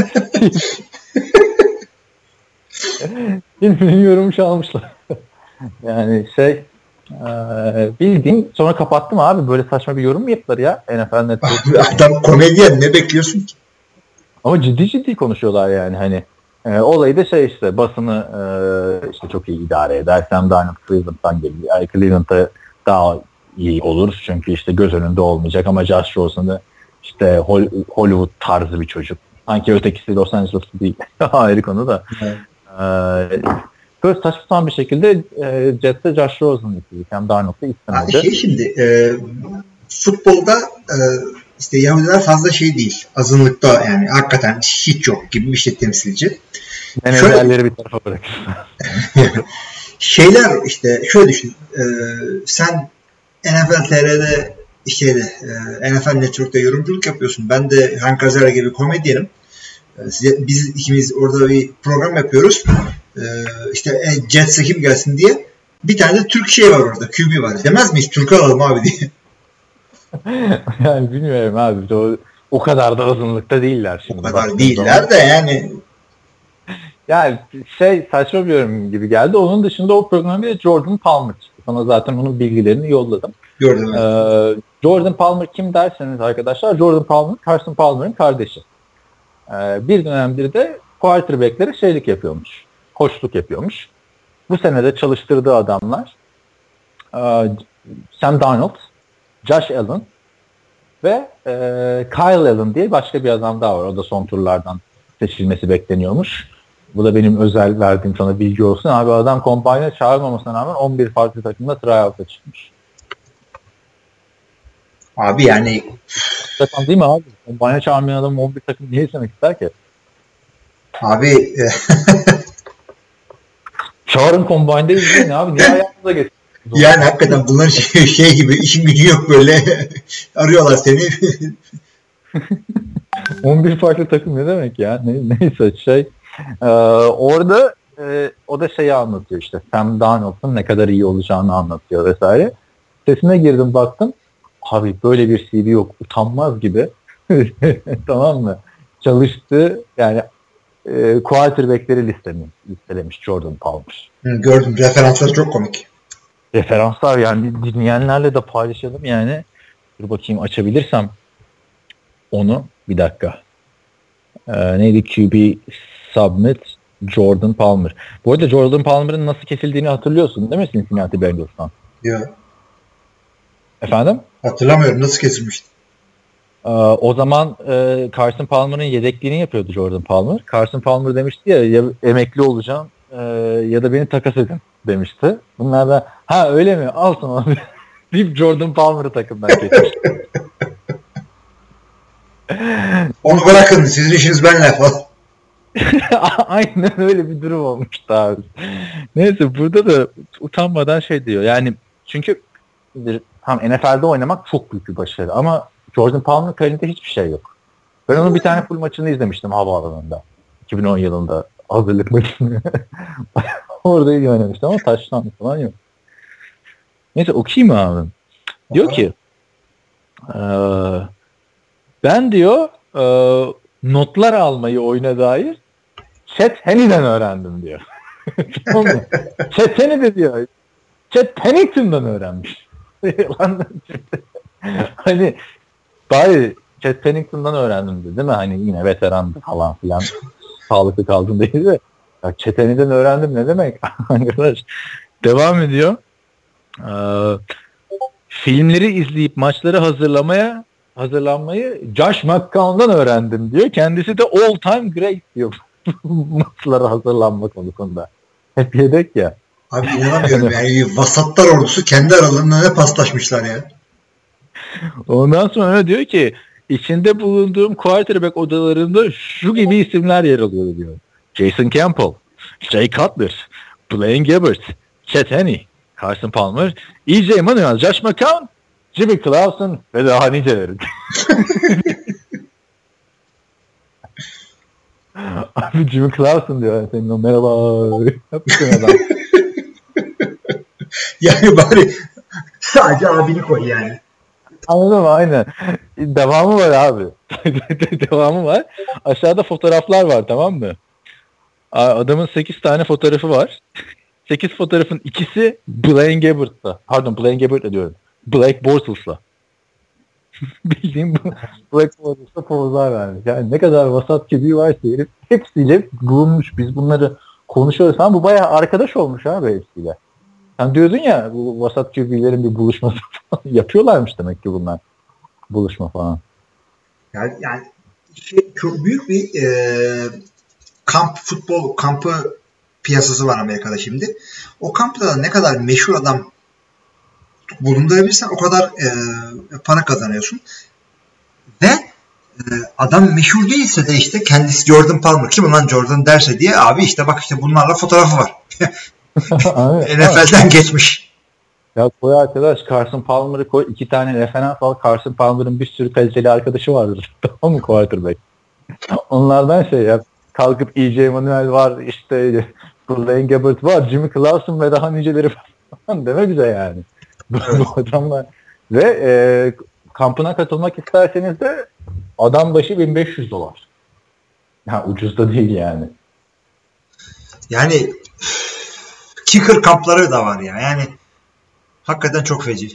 Hilmi'nin yorumu çalmışlar. Yani şey Ee, bildiğin sonra kapattım abi. Böyle saçma bir yorum mu yaptılar ya N F L Network'ta? Adam komedyen, ne bekliyorsun ki? Ama ciddi ciddi konuşuyorlar yani hani. E, olayı da şey işte basını e, işte çok iyi idare eder. Sam Darnold Cleveland'dan geliyor. Yani Cleveland'a daha iyi olur. Çünkü işte göz önünde olmayacak ama Josh Rosen'da işte Hollywood tarzı bir çocuk. Sanki ötekisi Los Angeles'lı değil. Ayrı konu da. Evet. Ee, böyle saçma sapan bir şekilde e, Jets'te Josh Rosen'ı istedi. Sam Darnold'u istemedi. Abi şey şimdi e, futbolda e, işte Yahudiler fazla şey değil. Azınlıkta yani hakikaten hiç yok gibi bir şey temsilci. Menajerleri bir tarafa bırakır. Şeyler işte şöyle düşün. E, sen N F L T R'de şeyde e, N F L Network'ta yorumculuk yapıyorsun. Ben de Hank Azaria gibi komedyenim. E, size, biz ikimiz orada bir program yapıyoruz. E, işte e, Jets'e kim gelsin diye. Bir tane de Türk şey var orada. Q B var. Demez miyiz? Türk alalım abi diye. Yani bilmiyorum abi. O, o kadar da azınlıkta değiller şimdi. O kadar değiller zaman. De yani. Yani şey saçma bir yorum gibi geldi. Onun dışında o programda bir de Jordan Palmer çıktı. Sana zaten onun bilgilerini yolladım. Gördüm. Ee, Jordan Palmer kim derseniz arkadaşlar, Jordan Palmer Carson Palmer'ın kardeşi. Ee, bir dönemdir de quarterback'lere şeylik yapıyormuş. Koçluk yapıyormuş. Bu senede çalıştırdığı adamlar e, Sam Darnold, Josh Allen ve e, Kyle Allen diye başka bir adam daha var. O da son turlardan seçilmesi bekleniyormuş. Bu da benim özel verdiğim sana bilgi olsun. Abi adam combine'e çağırmamasına rağmen on bir farklı takımda tryout'a çıkmış. Abi yani Takım değil mi abi? Combine'e çağırmayan adam on bir takım niye izlemek ister ki? Abi çağırın combine'de izleyin abi. Niye ayağınıza geçin? Yani hakikaten bunlar şey, şey gibi işin gücü yok böyle. Arıyorlar seni. on bir farklı takım ne demek ya? Ne, neyse şey. Ee, orada e, o da şeyi anlatıyor işte. Sam Darnold'un ne kadar iyi olacağını anlatıyor vesaire. Sesine girdim baktım. Abi böyle bir C V yok. Utanmaz gibi. Tamam mı? Çalıştı yani e, quarterback'leri listelemiş, listelemiş Jordan Palmer. Hı, gördüm. Referanslar çok komik. Referanslar yani dinleyenlerle de paylaşalım yani. Dur bakayım açabilirsem onu bir dakika. Ee, neydi? Q B Submit Jordan Palmer. Bu arada Jordan Palmer'ın nasıl kesildiğini hatırlıyorsun değil mi Cincinnati Bengals'tan? Yok. Efendim? Hatırlamıyorum. Nasıl kesilmişti? Ee, o zaman e, Carson Palmer'ın yedekliğini yapıyordu Jordan Palmer. Carson Palmer demişti ya, ya emekli olacağım e, ya da beni takas edin demişti. Bunlar da ha öyle mi? Al sana deyip Jordan Palmer'ı takımdan geçmişti. Onu bırakın. Sizin işiniz benimle falan. Aynen öyle bir durum olmuştu abi. Neyse burada da utanmadan şey diyor. Yani çünkü bir, tam N F L'de oynamak çok büyük bir başarı ama Jordan Palmer'ın kariyerinde hiçbir şey yok. Ben onun bir tane full maçını izlemiştim havaalanında. iki bin on yılında hazırlık maçını. Orada iyi oynamıştım ama taşlandı falan yok. Neyse okuyayım abi. Diyor ki ee, ben diyor e, notlar almayı oyuna dair Chet Henne'den öğrendim diyor. Tamam mı? Chet Henne de diyor. Chet Pennington'dan öğrenmiş. Hani bari Chet Pennington'dan öğrendim dedi değil mi? Hani yine veterandı falan filan. Sağlıklı kaldın değil de. Ya Çeteni'den öğrendim ne demek arkadaş. Devam ediyor. Ee, filmleri izleyip maçları hazırlamaya hazırlanmayı Josh McCown'dan öğrendim diyor. Kendisi de all time great diyor. Maçlara hazırlanma konusunda. Hep yedek ya. Abi inanamıyorum yani vasatlar ordusu kendi aralarında ne paslaşmışlar ya. Ondan sonra diyor ki içinde bulunduğum quarterback odalarında şu gibi isimler yer alıyor diyor. Jason Campbell, Jay Cutler, Blaine Gabbert, Chet Henne, Carson Palmer, E J Manuel, Josh McCown, Jimmy Clausen ve daha niceleri. Abi Jimmy Clausen diyor. Senin o merhaba yapmışsın adam. Yani bari sadece abini koy yani. Anladın mı? Aynen. Devamı var abi. Devamı var. Aşağıda fotoğraflar var, tamam mı? Adamın sekiz tane fotoğrafı var. sekiz fotoğrafın ikisi Blaine Gabbert'la. Pardon Blaine Gabbert'la diyorum. Blake Bortles'la. Bildiğim bu Blake Bortles'la pozlar vermiş. Yani ne kadar vasat gibi varsa herif hepsiyle bulunmuş. Biz bunları konuşuyoruz. Ama bu bayağı arkadaş olmuş abi hepsiyle. Sen diyordun ya bu vasat Q B'lerin bir buluşması falan yapıyorlarmış demek ki bunlar. Buluşma falan. Yani, yani şey, çok büyük bir e, kamp futbol kampı piyasası var Amerika'da şimdi. O kampta da ne kadar meşhur adam bulundurabilirsen o kadar e, para kazanıyorsun. Ve e, adam meşhur değilse de işte kendisi Jordan Palmer kim ulan Jordan derse diye abi işte bak işte bunlarla fotoğrafı var. N F L'den geçmiş. Ya koy arkadaş Carson Palmer'ı koy. iki tane referans al. Carson Palmer'ın bir sürü kaliteli arkadaşı vardır. Tamam mı quarterback? Onlardan şey yap. Kalkıp E J Manuel var. İşte Blaine Gabbert var. Jimmy Clausen ve daha niceleri falan deme bize yani. Bu adamlar. Ve e, kampına katılmak isterseniz de adam başı bin beş yüz dolar. Ha, ucuz da değil yani. Yani kicker kampları da var ya. Yani hakikaten çok feci.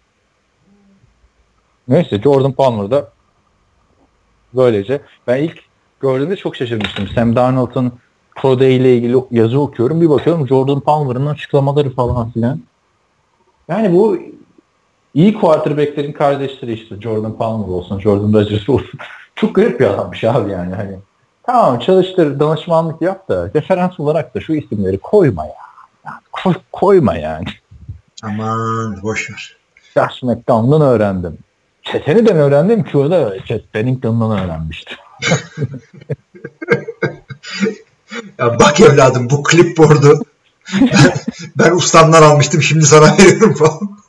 Neyse Jordan Palmer'da böylece. Ben ilk gördüğümde çok şaşırmıştım. Sam Darnold'un Pro Day ile ilgili yazı okuyorum. Bir bakıyorum Jordan Palmer'ın açıklamaları falan filan. Yani bu iyi quarterback'lerin kardeşleri işte. Jordan Palmer olsun, Jordan Rodgers olsun. Çok garip bir adammış abi yani. Hani tamam çalıştır, danışmanlık yap da referans olarak da şu isimleri koyma ya. Yani koy, koyma yani. Aman boşver. Josh McCown'dan öğrendim. Çeteni'den öğrendim ki o da Chet Pennington'dan öğrenmiştim. Ya bak evladım bu clipboard'u ben, ben ustamdan almıştım şimdi sana veriyorum falan.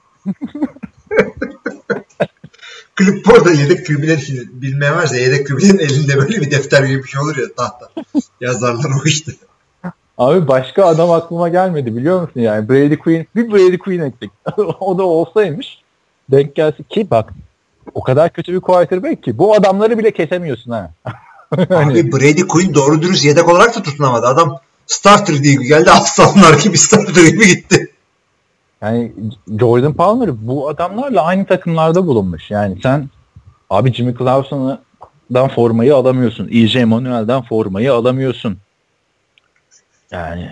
Clipboard'da yedek kübüler için bilmeyen varsa yedek kübülerin elinde böyle bir defter gibi bir şey olur ya tahta. Yazarlar o işte. Abi başka adam aklıma gelmedi biliyor musun yani Brady Quinn bir Brady Quinn eksik. O da olsaymış denk gelsin ki bak o kadar kötü bir quarterback ki bu adamları bile kesemiyorsun ha. Abi Brady Quinn doğru dürüst yedek olarak da tutunamadı. Adam starter diye geldi aslanlar gibi starter gibi gitti. Yani Jordan Palmer bu adamlarla aynı takımlarda bulunmuş. Yani sen abi Jimmy Clausen'dan formayı alamıyorsun. E J Manuel'den formayı alamıyorsun. Yani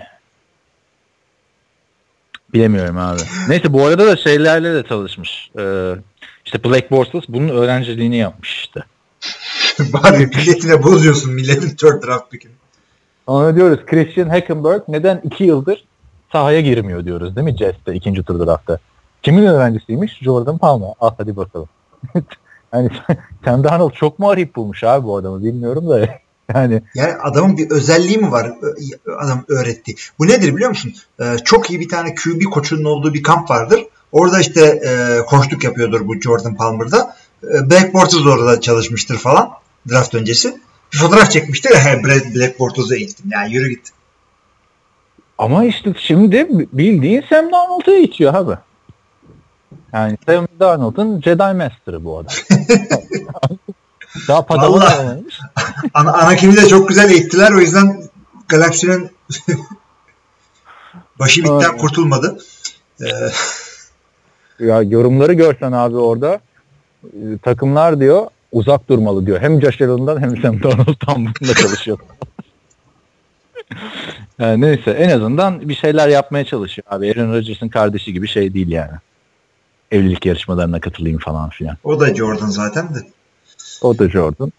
bilemiyorum abi. Neyse bu arada da şeylerle de çalışmış. Ee, işte Blake Bortles bunun öğrenciliğini yapmış işte. Bari milletine bozuyorsun milletin third draft pick'ini. Ona diyoruz Christian Hackenberg neden iki yıldır sahaya girmiyor diyoruz değil mi Jets'te ikinci tur draftta. Kimin öğrencisiymiş? Jordan Palmer. Ah hadi bakalım. Yani Sam Darnold çok mu arayıp bulmuş abi bu adamı bilmiyorum da yani. Yani adamın bir özelliği mi var adam öğretti? Bu nedir biliyor musun? Ee, çok iyi bir tane Q B koçunun olduğu bir kamp vardır. Orada işte e, koçluk yapıyordur bu Jordan Palmer'da. E, Black Bortles orada çalışmıştır falan draft öncesi. Bir fotoğraf çekmiştir ya hey, Black Bortles'a eğittim. Yani yürü git. Ama işte şimdi bildiğin Sam Darnold'a itiyor abi. Yani Sam Darnold'un Jedi Master'ı bu adam. Daha padawan olmamış. Ana, Anakin'i de çok güzel eğittiler. O yüzden galaksinin başı bitten kurtulmadı. Ee... Ya yorumları görsen abi orada takımlar diyor uzak durmalı diyor. Hem Josh Allen'dan hem Sam Darnold'dan bunda çalışıyor. Yani neyse en azından bir şeyler yapmaya çalışıyor abi. Aaron Rodgers'ın kardeşi gibi şey değil yani. Evlilik yarışmalarına katılayım falan filan. O da Jordan zaten de. O da Jordan.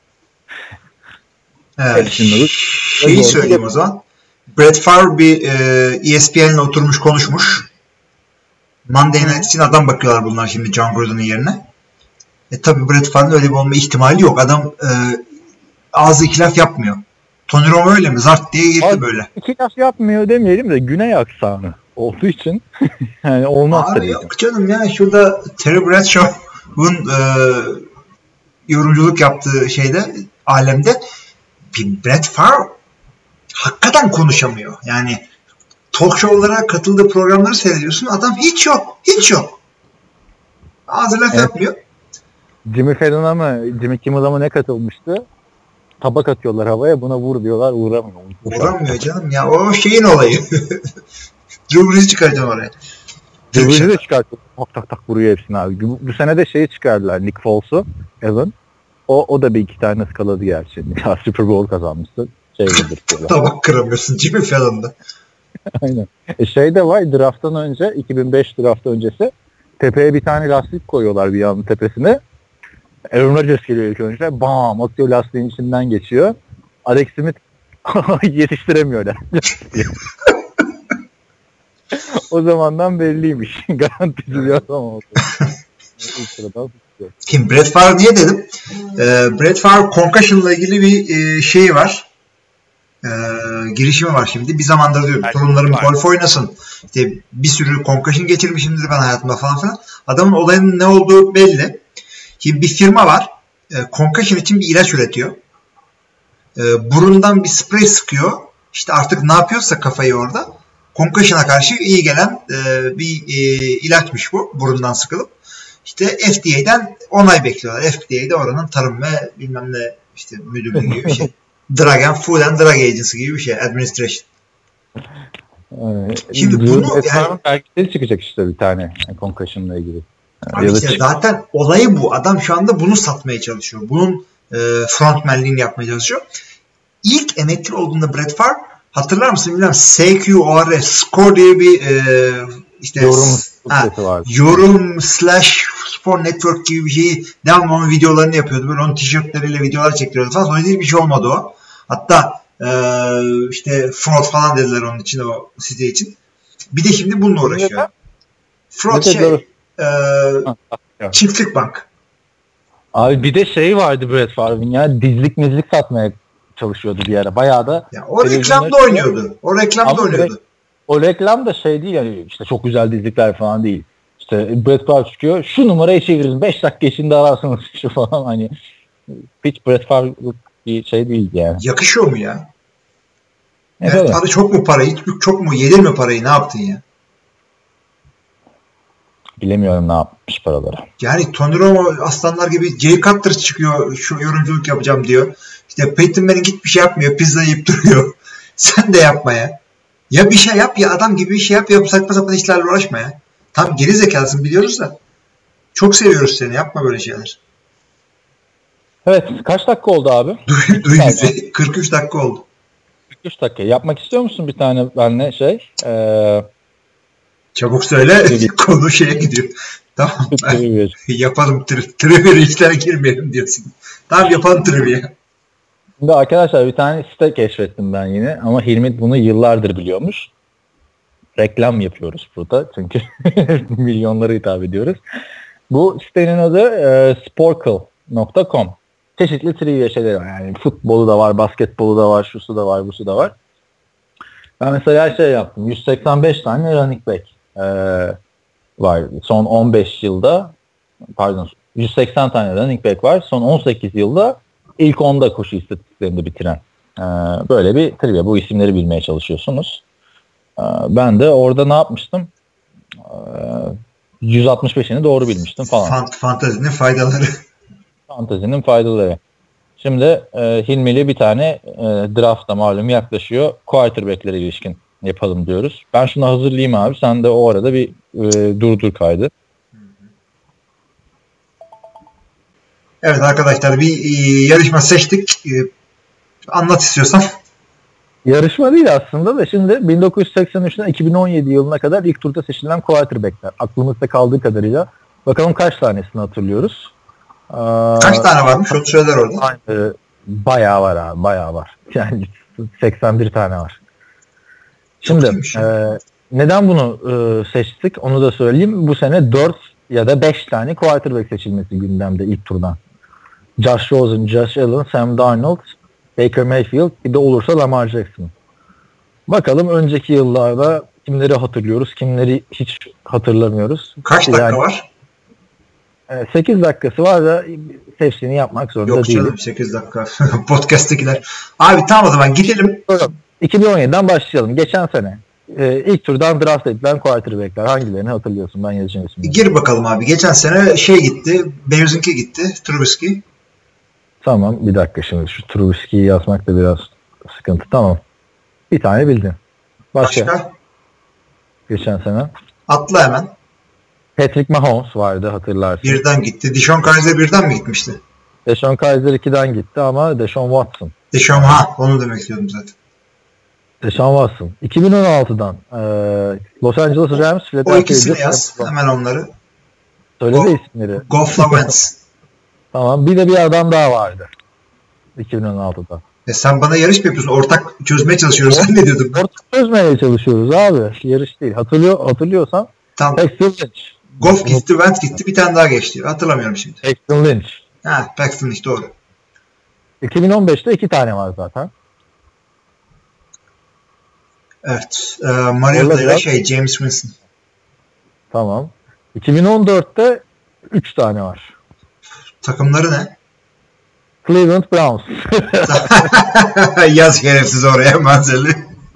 Ee, şeyi söyleyeyim o zaman. Brett Favre bir e, E S P N'le oturmuş konuşmuş. Monday Night için adam bakıyorlar bunlar şimdi John Gruden'ın yerine. E tabi Brett Favre'ın öyle bir olma ihtimali yok. Adam e, ağzı iki laf yapmıyor. Tony Romo öyle mi? Zart diye girdi abi, böyle. İki laf yapmıyor demeyelim de güney aksanı olduğu için yani olmaz abi yok canım ya. Şurada Terry Bradshaw'un e, yorumculuk yaptığı şeyde alemde Brett Favre hakikaten konuşamıyor. Yani talk show'lara katıldığı programları seyrediyorsun. Adam hiç yok. Hiç yok. Ağzı laf evet. yapmıyor. Jimmy Fallon'a mı Jimmy Kimmel'a mı ne katılmıştı? Tabak atıyorlar havaya, buna vur diyorlar, vuramıyor. Vuramıyor canım ya. O şeyin olayı. Drew Brees'i çıkaracağım oraya. Drew Brees'i de çıkartıyor. Tak tak tak vuruyor hepsini abi. Bu, bu sene de şeyi çıkardılar. Nick Foles'u. Evan. O, o da bir iki tane ıskaladı gerçi. Ya Super Bowl kazanmıştı. Şey tabak kıramıyorsun Jimmy Fallon'da. Aynen. E şey de var, drafttan önce iki bin beş draft öncesi tepeye bir tane lastik koyuyorlar bir yanın tepesine. Aaron Rodgers geliyor ilk önce. Bam! Atıyor lastiğin içinden geçiyor. Alex Smith yetiştiremiyorlar. O zamandan belliymiş. Garantisi bir adam oldu. Kim? Brett Favre niye dedim? Ee, Brett Favre concussion'la ilgili bir e, şeyi var. Ee, girişimi var şimdi. Bir zamandır diyor. Torunlarım golf oynasın. İşte bir sürü concussion geçirmişimdir ben hayatımda falan filan. Adamın olayının ne olduğu belli. Şimdi bir firma var. E, concussion için bir ilaç üretiyor. E, burundan bir sprey sıkıyor. İşte artık ne yapıyorsa kafayı orada. Concussion'a karşı iyi gelen e, bir e, ilaçmış bu. Burundan sıkılıp. İşte F D A'den onay bekliyorlar. F D A'de oranın tarım ve bilmem ne işte müdürlüğü gibi bir şey. Drug and Food and Drug Agency gibi bir şey. Administration. Şimdi bunu yani belki çıkacak işte bir tane concussion'la ilgili. Abi işte zaten olayı bu. Adam şu anda bunu satmaya çalışıyor. Bunun e, frontmanliğini yapmaya çalışıyor. İlk emekli olduğunda Brett Favre hatırlar mısın bilmiyorum S Q O R Score diye bir e, işte yorum, ha, yorum slash spor network gibi bir şeyi devamlı onun videolarını yapıyordu. Böyle onun tişörtleriyle videolar çektiriyordu falan. Sonra değil bir şey olmadı o. Hatta e, işte fraud falan dediler onun için o site için. Bir de şimdi bununla uğraşıyor. Fraud şey Ee, çiftlik bank. Abi bir de şey vardı Brett Favre'ın ya dizlik mizlik satmaya çalışıyordu bir ara. Bayağı da ya o reklamda oynuyordu. O reklamda oynuyordu. Re- o reklam da şey değil yani işte çok güzel dizlikler falan değil. İşte Brett Favre çıkıyor. Şu numarayı çevirin. beş dakika içinde ararsınız şu falan hani. Hiç Brett Favre'lık bir şey değil yani. Yakışıyor mu ya? Evet, evet. Tadı çok mu para? Hiç çok mu? Yedin mi parayı? Ne yaptın ya? Bilemiyorum ne yapmış paraları. Yani Tony Romo aslanlar gibi Jay Cutler çıkıyor şu yorumculuk yapacağım diyor. İşte Peyton Manning hiçbir şey yapmıyor. Pizza yiyip duruyor. Sen de yapma ya. Ya bir şey yap ya adam gibi bir şey yap. Ya saçma sapan işlerle uğraşma ya. Tam geri zekalısın biliyoruz da. Çok seviyoruz seni. Yapma böyle şeyler. Evet. Kaç dakika oldu abi? kırk üç dakika oldu. kırk üç dakika. Yapmak istiyor musun bir tane benle şey? Eee Çabuk söyle. Konu şeye gidiyor. Tamam. yapalım. Tri- trivia işlere girmeyelim diyorsun. Tamam yapalım trivia. Şimdi arkadaşlar bir tane site keşfettim ben yine. Ama Hilmi bunu yıllardır biliyormuş. Reklam yapıyoruz burada. Çünkü milyonlara hitap ediyoruz. Bu sitenin adı e, sporcle nokta com. Çeşitli trivia şeyleri var. Yani futbolu da var, basketbolu da var, şusu da var, busu da var. Ben mesela şey yaptım. yüz seksen beş tane running back e, var. Son on beş yılda pardon yüz seksen tane running back var. Son on sekiz yılda ilk onda koşu istatistiklerinde bitiren. E, böyle bir trivia. Bu isimleri bilmeye çalışıyorsunuz. E, ben de orada ne yapmıştım? E, yüz altmış beşini doğru bilmiştim falan. Fant- fantezinin faydaları. Fantezinin faydaları. Şimdi e, Hilmi'yle bir tane e, draft'ta malum yaklaşıyor. Quarterback'lere ilişkin yapalım diyoruz. Ben şunu hazırlayayım abi. Sen de o arada bir e, durdur kaydı. Evet arkadaşlar bir e, yarışma seçtik. E, anlat istiyorsan. Yarışma değil aslında da şimdi bin dokuz yüz seksen üçten iki bin on yedi yılına kadar ilk turda seçilen quarterback'ler. Aklımızda kaldığı kadarıyla. Bakalım kaç tanesini hatırlıyoruz. Kaç tane varmış? Onu söyler orada. Aynı, bayağı var abi. Bayağı var. Yani seksen bir tane var. Şimdi e, neden bunu e, seçtik? Onu da söyleyeyim. Bu sene dört ya da beş tane quarterback seçilmesi gündemde ilk turdan. Josh Rosen, Josh Allen, Sam Darnold, Baker Mayfield, bir de olursa Lamar Jackson. Bakalım önceki yıllarda kimleri hatırlıyoruz, kimleri hiç hatırlamıyoruz. Kaç dakika yani, var? sekiz dakikası var da hepsini yapmak zorunda Yok değilim. Yok canım sekiz dakika. Podcast'tekiler. Abi tamam o zaman gidelim. iki bin on yediden başlayalım. Geçen sene e, ilk turdan draft edilen quarterback'ler hangilerini hatırlıyorsun? Ben yazacağım ismini. Gir bakalım abi. Geçen sene şey gitti. Bears'ınki gitti. Trubisky. Tamam bir dakika şimdi şu Trubisky'yi yazmak da biraz sıkıntı. Tamam. Bir tane bildin. Başka? Başka? Geçen sene. Atla hemen. Patrick Mahomes vardı hatırlarsın. Birden gitti. Deshaun Kaiser birden mi gitmişti? Deshaun Kaiser ikiden gitti ama Deshaun Watson. Deshaun ha onu demek istiyordum zaten. Deshaun Watson. iki bin on altıdan e, Los Angeles Rams. O ikisini yaz. Hemen onları. Söyle de isimleri. Goff'la Wentz. Tamam. Bir de bir adam daha vardı. iki bin on altıda. E sen bana yarış mı yapıyorsun? Ortak çözmeye çalışıyoruz. Sen ne diyordun? Ortak çözmeye çalışıyoruz abi. Yarış değil. Hatırlıyor, hatırlıyorsan. Tamam. Paxton Lynch. Goff gitti, Wentz gitti. Bir tane daha geçti. Hatırlamıyorum şimdi. Paxton Lynch. Ha, Paxton Lynch doğru. iki bin on beşte iki tane var zaten. Evet. E, Mariota ile şey James Winston. Tamam. iki bin on dörtte üç tane var. Takımları ne? Cleveland Browns. Yaz şerefsiz oraya manzeli.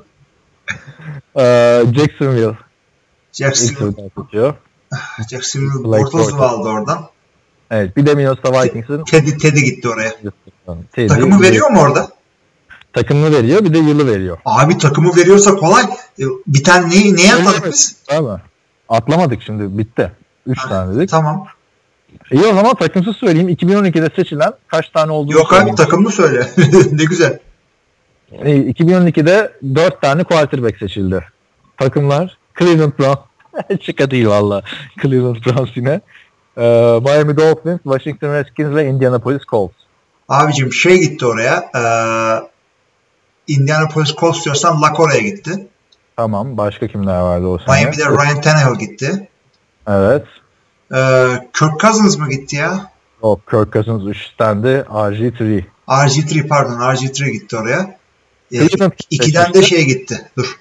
ee, Jacksonville. Jacksonville. Jacksonville Bortles'u aldı oradan. Evet. Bir de Minnesota Vikings'in. Teddy, Teddy gitti oraya. Teddy, takımı veriyor mu orada? Takımını veriyor bir de yılı veriyor. Abi takımı veriyorsa kolay. Bir tane neyi, neye atladık biz? Tamam. Atlamadık şimdi bitti. üç tane dedik. Tamam. İyi o zaman takımsız söyleyeyim. iki bin on ikide seçilen kaç tane olduğunu Yok söyleyeyim. abi takımını söyle. Ne güzel. iki bin on ikide dört tane quarterback seçildi. Takımlar Cleveland Browns. Şaka değil valla. Cleveland Browns yine. Ee, Miami Dolphins, Washington Redskins ve Indianapolis Colts. Abicim şey gitti oraya. Ee, Indianapolis Colts diyorsan Luck oraya gitti. Tamam. Başka kimler vardı o sene? Miami'de Ryan Tannehill gitti. Evet. Ee, Kirk Cousins mı gitti ya? O Kirk Cousins üçtendi. R G üç. R G üç pardon. R G üç gitti oraya. Ee, Cleveland ikiden de şey gitti. Dur.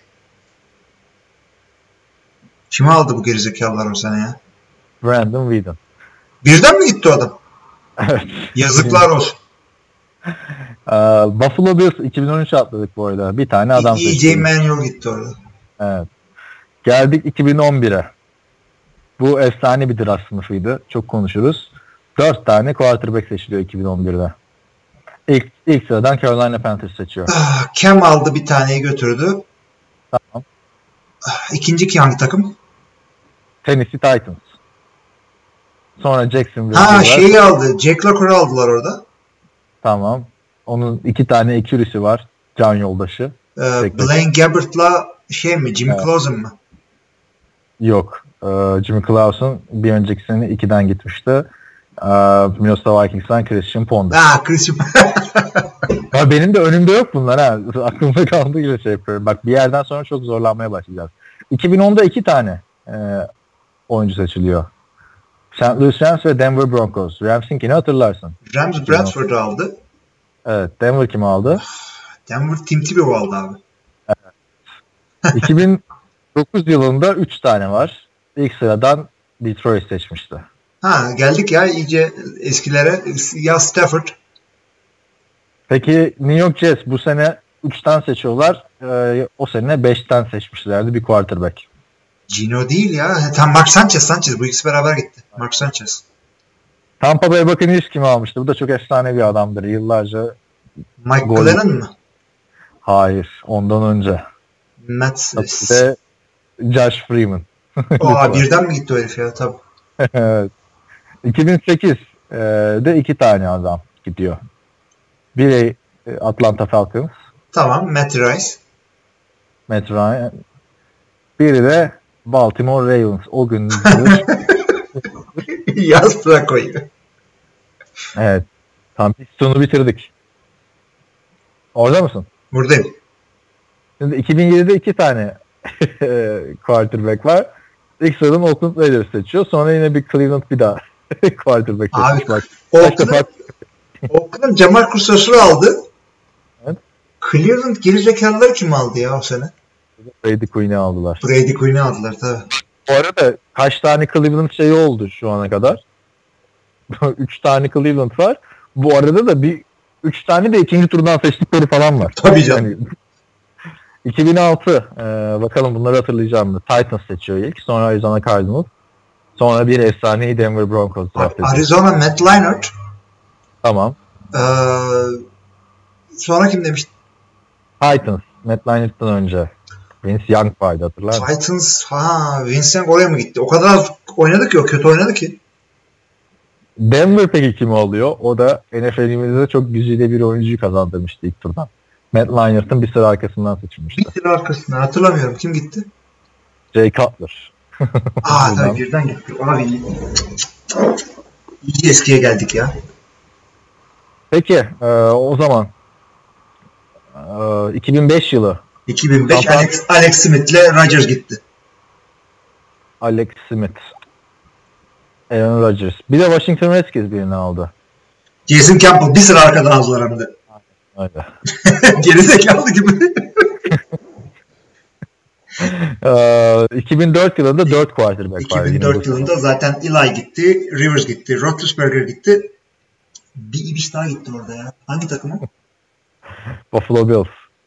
Kimi aldı bu gerizekalılar o sene ya? Brandon Whedon. Birden mi gitti o adam? Evet. Yazıklar olsun. Ee, Buffalo Bills iki bin on üç atladık bu arada. Bir tane adam seçti. E J Manuel gitti orada. Evet. Geldik iki bin on bire. Bu efsane bir draft sınıfıydı. Çok konuşuruz. Dört tane quarterback seçiliyor iki bin on birde. İlk, ilk sıradan Carolina Panthers seçiyor. Ah, Cam aldı bir taneyi götürdü. Tamam. Ah, İkinci hangi takım? Tennessee Titans. Sonra Jacksonville. Ha şeyi aldı. Jack Locker'ı aldılar orada. Tamam. Onun iki tane accuracy var. Can yoldaşı. Ee, Blaine Gabbert'la şey mi? Jimmy evet. Clausen mı? Yok. Ee, Jimmy Clausen bir önceki sene ikiden gitmişti. Ee, Minnesota Vikings'ten Christian Ponder. Ha Christian Ya benim de önümde yok bunlar ha. Aklımda kaldığı gibi şey yapıyorum. Bak bir yerden sonra çok zorlanmaya başlayacağız. iki bin onda iki tane e, oyuncu seçiliyor. Saint Louis Rams ve Denver Broncos. Rams'inkini hatırlarsın. Rams Bradford'u aldı. Evet. Denver kimi aldı? Denver Tim Tebow aldı abi. Evet. iki bin dokuz yılında üç tane var. İlk sıradan Detroit seçmişti. Ha geldik ya iyice eskilere. Ya Stafford. Peki New York Jets bu sene üçten seçiyorlar. Ee, o sene beşten seçmişlerdi bir quarterback. Gino değil ya. Tam Mark Sanchez. Sanchez. Bu ikisi beraber gitti. Mark Sanchez. Tampa Bay Buccaneers kimi almıştı? Bu da çok efsane bir adamdır. Yıllarca Mike Glennon mı? Hayır. Ondan önce. Matt Smith. Ve Josh Freeman. Oha birden mi gitti o herif ya? Tabii. Evet. iki bin sekizde iki tane adam gidiyor. Biri Atlanta Falcons. Tamam. Matt Rice. Matt Ryan. Biri de Baltimore Ravens. O gün Yaz Flacco'yu. evet. Tam pistonu bitirdik. Orada mısın? Buradayım. Şimdi iki bin yedide iki tane quarterback var. İlk sıradan Oakland Raiders seçiyor. Sonra yine bir Cleveland bir daha quarterback Abi, seçmiş. Oakland, Oakland Jamarcus Russell'ı aldı. Evet. Cleveland gerizekalıları kim aldı ya o sene? Brady Quinn'i aldılar. Brady Quinn'i aldılar tabii. Bu arada kaç tane Cleveland şeyi oldu şu ana kadar? Üç tane Cleveland var. Bu arada da bir üç tane de ikinci turdan seçtikleri falan var. Tabii canım. Yani, iki bin altı ee, bakalım bunları hatırlayacağım mı? Titans seçiyor ilk. Sonra Arizona Cardinals. Sonra bir efsaneyi Denver Broncos draft ediyor. Arizona Matt Leinart. Tamam. Ee, sonra kim demiştin? Titans. Matt Leinart'tan önce. Vince Young vardı hatırlar mısın? Titans. Ha, Vince Young oraya mı gitti? O kadar az oynadı ki o. Kötü oynadı ki. Denver peki kimi alıyor? O da N F L'imizde çok güzide bir oyuncuyu kazandırmıştı ilk turdan. Matt Leinart'ın bir sıra arkasından seçilmişti. Bir sıra arkasından hatırlamıyorum. Kim gitti? Jay Cutler. Aa tabii birden gitti. Abi iyi. İyi eskiye geldik ya. Peki e, o zaman e, iki bin beş yılı iki bin beş Tamam. Alex, Alex Smith'le Rodgers gitti. Alex Smith, Aaron Rodgers. Bir de Washington Redskins birini aldı. Jason Campbell bir sıra arkadan aldılar hem de. Öyle. Gerizekalı gibi. e, iki bin dört yılında dört quarterback var. iki bin dört yılında zaten Eli gitti, Rivers gitti, Roethlisberger gitti. Bir ibiş daha gitti orada ya. Hangi takımı? Buffalo Bills.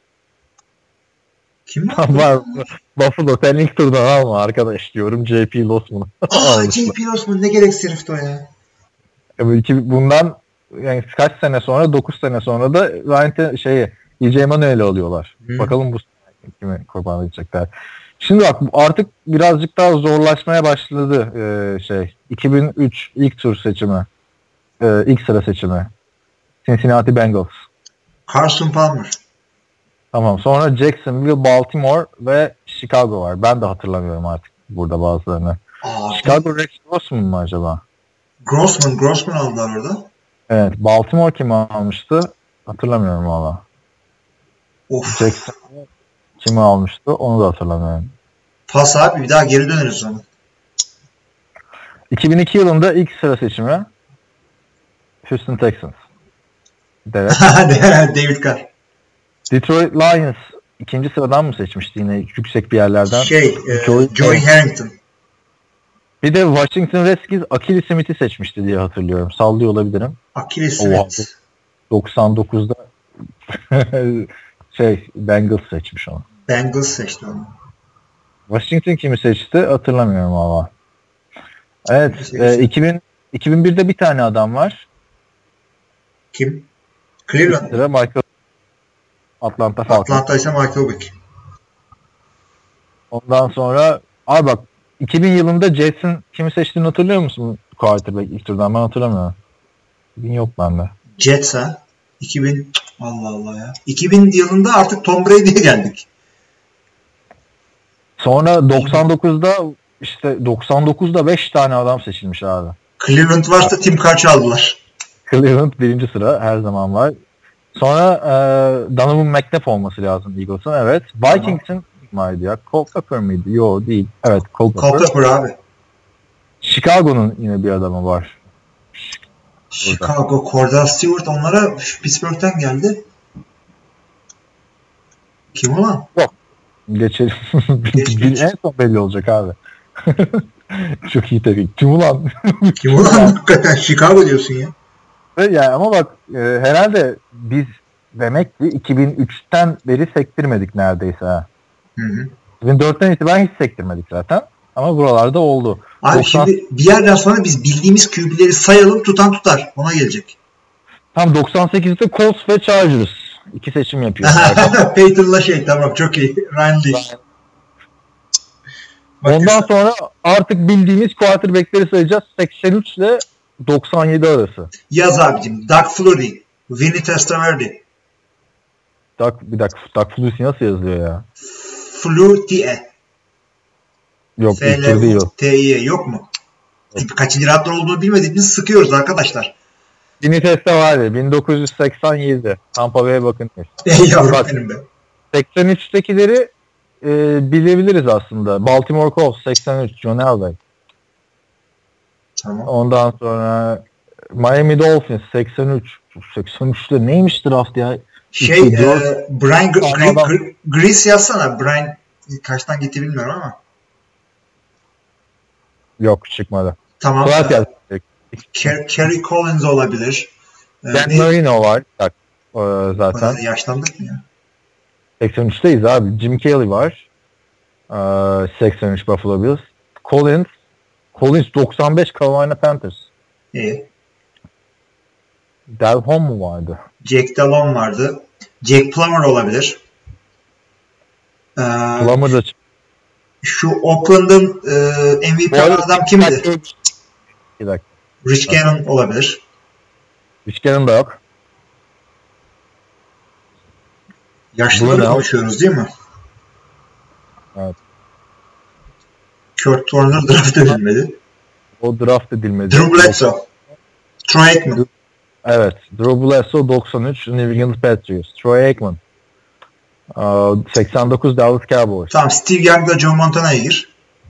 Kim var? var. Buffalo sen ilk turdan alma arkadaş diyorum. J P. Losman'ı Aa, J P. Losman ne gereksiz herifti o ya. Bundan yani kaç sene sonra, dokuz sene sonra da Ryan şeyi E J Manuel'i alıyorlar. Hmm. Bakalım bu kimi kurban edecekler. Şimdi bak artık birazcık daha zorlaşmaya başladı ee, şey. iki bin üç ilk tur seçimi. Ee, ilk sıra seçimi. Cincinnati Bengals. Carson Palmer. Tamam. Sonra Jacksonville, Baltimore ve Chicago var. Ben de hatırlamıyorum artık burada bazılarını. Aa, Chicago Rex Grossman mı acaba? Grossman, Grossman aldılar orada. Evet. Baltimore kimi almıştı? Hatırlamıyorum valla. Of. Jackson kimi almıştı? Onu da hatırlamıyorum. Pas abi bir daha geri döneriz ona. iki bin iki yılında ilk sıra seçimi Houston Texans. Evet. David Carr. Detroit Lions ikinci sıradan mı seçmişti yine yüksek bir yerlerden? Şey, e, Joey, Joey Harrington. Bir de Washington Redskins Achilles Smith'i seçmişti diye hatırlıyorum. Sallıyor olabilirim. Achilles Smith. doksan dokuzda şey Bengals seçmiş onu. Bengals seçti onu. Washington kimi seçti hatırlamıyorum ama. Evet, e, iki bin iki bin birde bir tane adam var. Kim? Cleveland. Sıra Michael Atlanta Falcons. Atlanta ise Michael Vick. Ondan sonra abi bak iki bin yılında Jets'in kimi seçtiğini hatırlıyor musun? Quarterback ilk turdan ben hatırlamıyorum. iki bin yok bende. Jets ha? iki bin Allah Allah ya. iki bin yılında artık Tom Brady'ye geldik. Sonra doksan dokuzda işte doksan dokuzda beş tane adam seçilmiş abi. Cleveland varsa Tim Carr aldılar. Cleveland birinci sıra her zaman var. Sonra e, Donovan McNabb olması lazım Eagles'ın. Evet. Vikings'in vardı ya. Culpepper miydi? Yo değil. Evet Culpepper. Culpepper abi. Chicago'nun yine bir adamı var. Chicago, Cordell Stewart onlara Pittsburgh'ten geldi. Kim ulan? Yok. Geçelim. Geç, geç. En son belli olacak abi. Çok iyi tabii. Kim ulan? Kim ulan? Hakikaten Chicago diyorsun ya. Yani ama bak e, herhalde biz demek ki iki bin üçten beri sektirmedik neredeyse. Ha. Hı hı. iki bin dörtten itibaren hiç sektirmedik zaten. Ama buralarda oldu. Abi doksan şimdi bir yerden sonra biz bildiğimiz Q B'leri sayalım tutan tutar. Ona gelecek. Tam doksan sekizde Colts ve Chargers. İki seçim yapıyor. Peyton'la şey tamam çok iyi. Ryan Leaf. Ondan sonra artık bildiğimiz quarterback'leri sayacağız. seksen üç ile doksan yedi arası. Yaz abicim. Doug Flutie. Vinny Testaverde. Doug, bir dakika. Doug Flutie nasıl yazılıyor ya? Flutie. Yok. F ilk L tur değil U o. T I yok mu? Kaçıncı rahatlar olduğunu bilmediğimiz sıkıyoruz arkadaşlar. Binites'te vardı. bin dokuz yüz seksen yedi. Tampa Bay'e bakın. Ey yavrum Bak, benim be. seksen üçtekileri e, bilebiliriz aslında. Baltimore Colts seksen üç. John Elway. Tamam. Ondan sonra Miami Dolphins seksen üç. seksen üçte neymiş draft ya? Şey İki, dört, e, Brian Gr- tane Gr- adam. Gr- Grease yazsana. Brian kaçtan gitti bilmiyorum ama. Yok çıkmadı. Tamam. Suat E, yazdı. Ker- Kerry Collins olabilir. E, Dan ne- Marino var. Bak, e, O zaten. kadar yaşlandık mı ya? seksen üçteyiz abi. Jim Kelly var. E, seksen üç Buffalo Bills. Collins. Collins doksan beş Carolina Panthers. İyi. Delhomme mu vardı? Jack Delhomme vardı. Jack Plummer olabilir. Ee, Plummer da çıktı. şu Oakland'ın e, M V P olan adam kimdi? Bir dakika. Rich Gannon olabilir. Üçgenin de yok. Yaşlıları Bu ne? konuşuyoruz değil mi? Evet. Kurt Warner draft edilmedi. O draft edilmedi. Drew Bledsoe. Troy Aikman. Evet. Drew Bledsoe doksan üç New England Patriots. Troy Aikman. Aa, seksen dokuz Dallas Cowboys. Tamam, Steve Young'la Joe Montana'ya gir.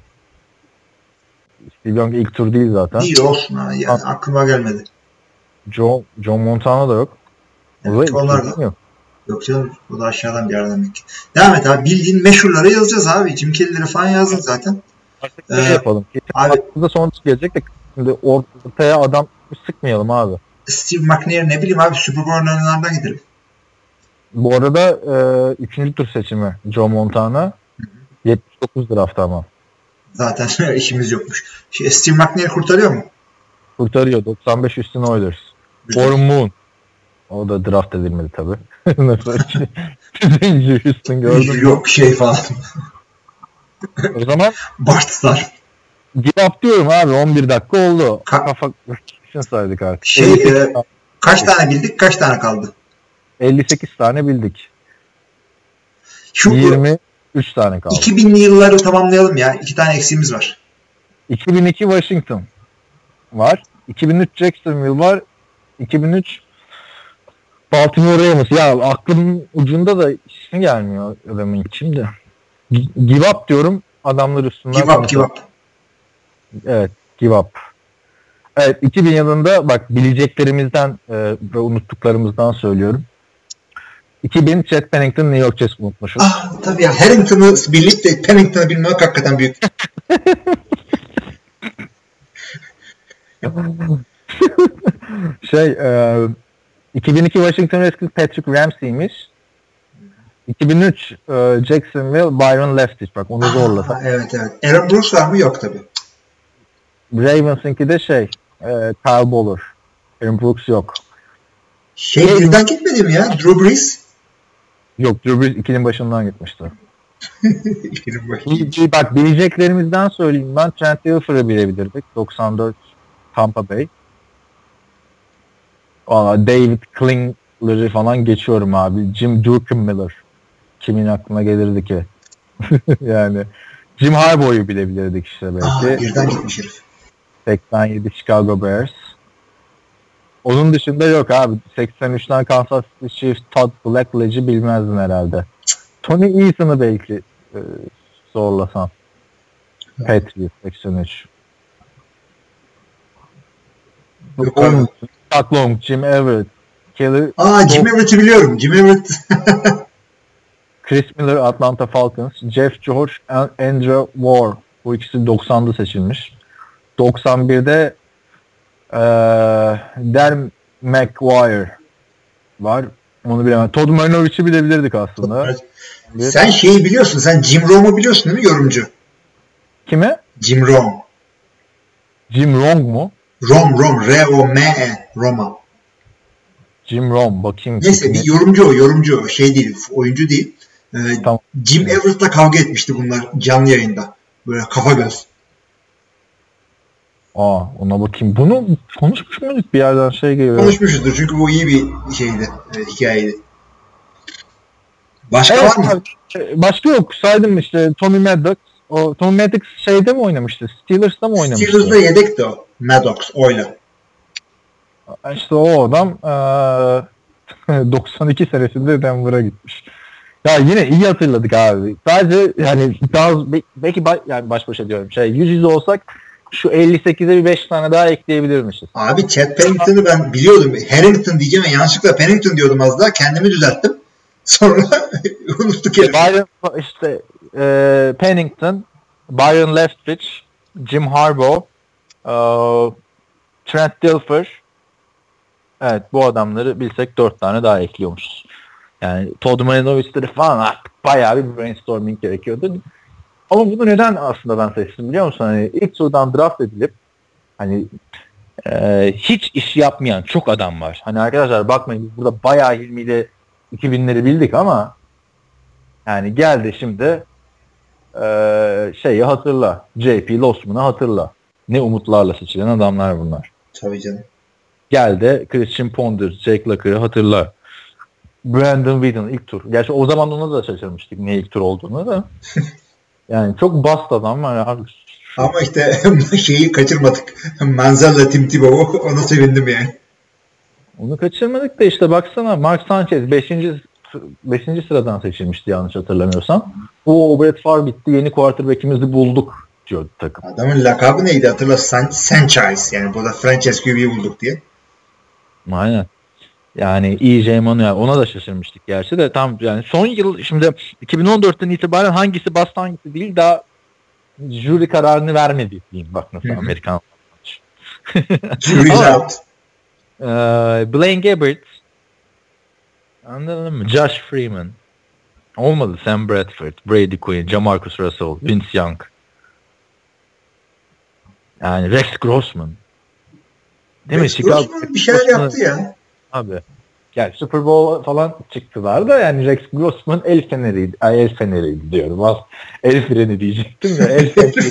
Steve Young ilk tur değil zaten. Değil olsun ha. Yani aklıma gelmedi. Joe, John Montana da yok. O da Evet, ilk onlar tur da. değil mi? Yok canım, o da aşağıdan bir yerden demek ki. Devam et abi. Bildiğin meşhurları yazacağız abi. Jim Kelly'leri falan yazdın zaten. Artık ne Ee, yapalım? Geçen abi- aklımıza son gelecek de şimdi ortaya adam sıkmayalım abi. Steve McNair, ne bileyim abi, Super Bowl oynananlardan gidelim. Bu arada e, üçüncü tur seçimi Joe Montana. yetmiş dokuz draft ama. Zaten işimiz yokmuş. Şey, Steve McNair kurtarıyor mu? Kurtarıyor. doksan beş üstüne Oilers. Güzel. Warren Moon. O da draft edilmedi tabii. Nasıl? Birinci Houston gördün mü? Yok şey falan. O zaman Bart Starr. give up diyorum abi. on bir dakika oldu. Ka- Kafa için saydık artık. Şey, elli sekiz, e, kaç tane bildik, kaç tane kaldı? elli sekiz tane bildik. Şu yirmi üç tane kaldı. iki binli yılları tamamlayalım ya. İki tane eksiğimiz var. iki bin iki Washington var. iki bin üç Jacksonville var. iki bin üç Baltimore Ravens. Ya aklımın ucunda da ismi gelmiyor adamın şimdi. Give up diyorum. Adamlar üstünden. Give up, give up. Evet. Give up. Evet. iki bin yılında bak bileceklerimizden e, ve unuttuklarımızdan söylüyorum. iki bin Chet Pennington New York Jets unutmuşuz. Ah tabii ya. Harrington'ı bilip de Pennington'ı bilmek hakikaten büyük. şey e, iki bin iki Washington Redskins Patrick Ramsey'miş. iki bin üç e, Jacksonville Byron Leftwich. Bak onu zorlasa. Aa, evet evet. Aaron Brooks var mı? Yok tabii. Ravens'ınki de şey e, Kyle Bowler. Aaron Brooks yok. Şey Şey- birden gitmedi mi ya? Drew Brees. Yok Drew Brees ikinin başından gitmişti. İkinin başı. Bir- bir- Bak bileceklerimizden söyleyeyim ben. Trent Dilfer'ı bilebilirdik. doksan dört Tampa Bay. Valla David Klingler'ı falan geçiyorum abi. Jim Druckenmiller. Kimin aklına gelirdi ki? yani Jim Harbaugh'u bilebilirdik işte Aa, belki. birden gitmiş herif. seksen yedi Chicago Bears. Onun dışında yok abi. seksen üçten Kansas City Chiefs Todd Blackledge'i bilmezdin herhalde. Tony Eason'ı belki e, zorlasan. Patriots seksen üç. Yok abi. Onun Chuck Long, Jim Everett, Kelly, Aa, Jim Everett'i biliyorum. Jim Everett. Chris Miller Atlanta Falcons, Jeff George, Andrew War. Bu ikisi doksanda seçilmiş. doksan birde e, Dan McGuire var. Onu bilemem. Todd Marinovic'i bilebilirdik aslında. Sen şeyi biliyorsun. Sen Jim Rome'u biliyorsun değil mi, yorumcu? Kime? Jim Rome. Jim Rome mu? Rom, Rom. R O M E. Roma. Jim Rome. Bakayım. Neyse bir yorumcu o. Yorumcu o. Şey değil. Oyuncu değil. Ee, Tamam. Jim Everett'la kavga etmişti bunlar canlı yayında. Böyle kafa göz. Aa, ona bakayım. Bunu konuşmuş muyduk bir yerden şey geliyor. Konuşmuşuzdur çünkü bu iyi bir şeydi. E, hikayeydi. Başka Evet, var mı? abi, başka yok. Saydım işte Tommy Maddox. O Tommy Maddox şeyde mi oynamıştı? Steelers'ta mı oynamıştı? Steelers'da yedekti o. Maddox oyla. İşte o adam eee, doksan iki senesinde Denver'a gitmiş. Ya yine iyi hatırladık abi. Sadece yani daha belki ba- yani baş başa diyorum. Şey yüz yüze olsak şu elli sekize bir beş tane daha ekleyebilirmişiz. Abi Chad Pennington'ı ben biliyordum. Harrington diyeceğim ya yanlışlıkla Pennington diyordum az daha. Kendimi düzelttim. Sonra unuttuk herifi. Byron işte eee, Pennington, Byron Leftwich, Jim Harbaugh, eee, Trent Dilfer. Evet, bu adamları bilsek dört tane daha ekliyormuşuz. Yani Todd Marinovic'leri falan artık bayağı bir brainstorming gerekiyordu. Ama bunu neden aslında ben seçtim biliyor musun? Hani ilk turdan draft edilip hani e, hiç iş yapmayan çok adam var. Hani arkadaşlar bakmayın biz burada bayağı Hilmi'yle iki binleri bildik ama yani geldi şimdi e, şeyi hatırla. J P. Losman'ı hatırla. Ne umutlarla seçilen adamlar bunlar. Tabii canım. Geldi Christian Ponder, Jake Locker'ı hatırla. Brandon Whedon ilk tur. Gerçi o zaman ona da şaşırmıştık ne ilk tur olduğunu da. Yani çok bast adam var abi. Ama işte şeyi kaçırmadık. Manziel'le Tim Tebow'u ona sevindim yani. Onu kaçırmadık da işte baksana Mark Sanchez beşinci beşinci sıradan seçilmişti yanlış hatırlamıyorsam. O Brett Favre bitti yeni quarterback'imizi bulduk diyordu takım. Adamın lakabı neydi hatırla? San- Sanchez yani burada franchise Q B'yi bulduk diye. Aynen. Yani E J Manuel ona da şaşırmıştık gerçi de tam yani son yıl şimdi iki bin on dörtten itibaren hangisi bast hangisi değil daha jüri kararını vermedi diyeyim bak nasıl Hı-hı. Amerikan. Jury's out. Ee, Blaine Gabbert, anladın mı? Josh Freeman, olmadı Sam Bradford, Brady Quinn, Jamarcus Russell, Vince Young, yani Rex Grossman, değil Rex mi? Chicago Grossman bir şeyler yaptı ya. Abi. Yani Super Bowl falan çıktılar da yani Rex Grossman el feneriydi. Ay el feneriydi diyorum. Az el freni diyecektim ya. El feneri.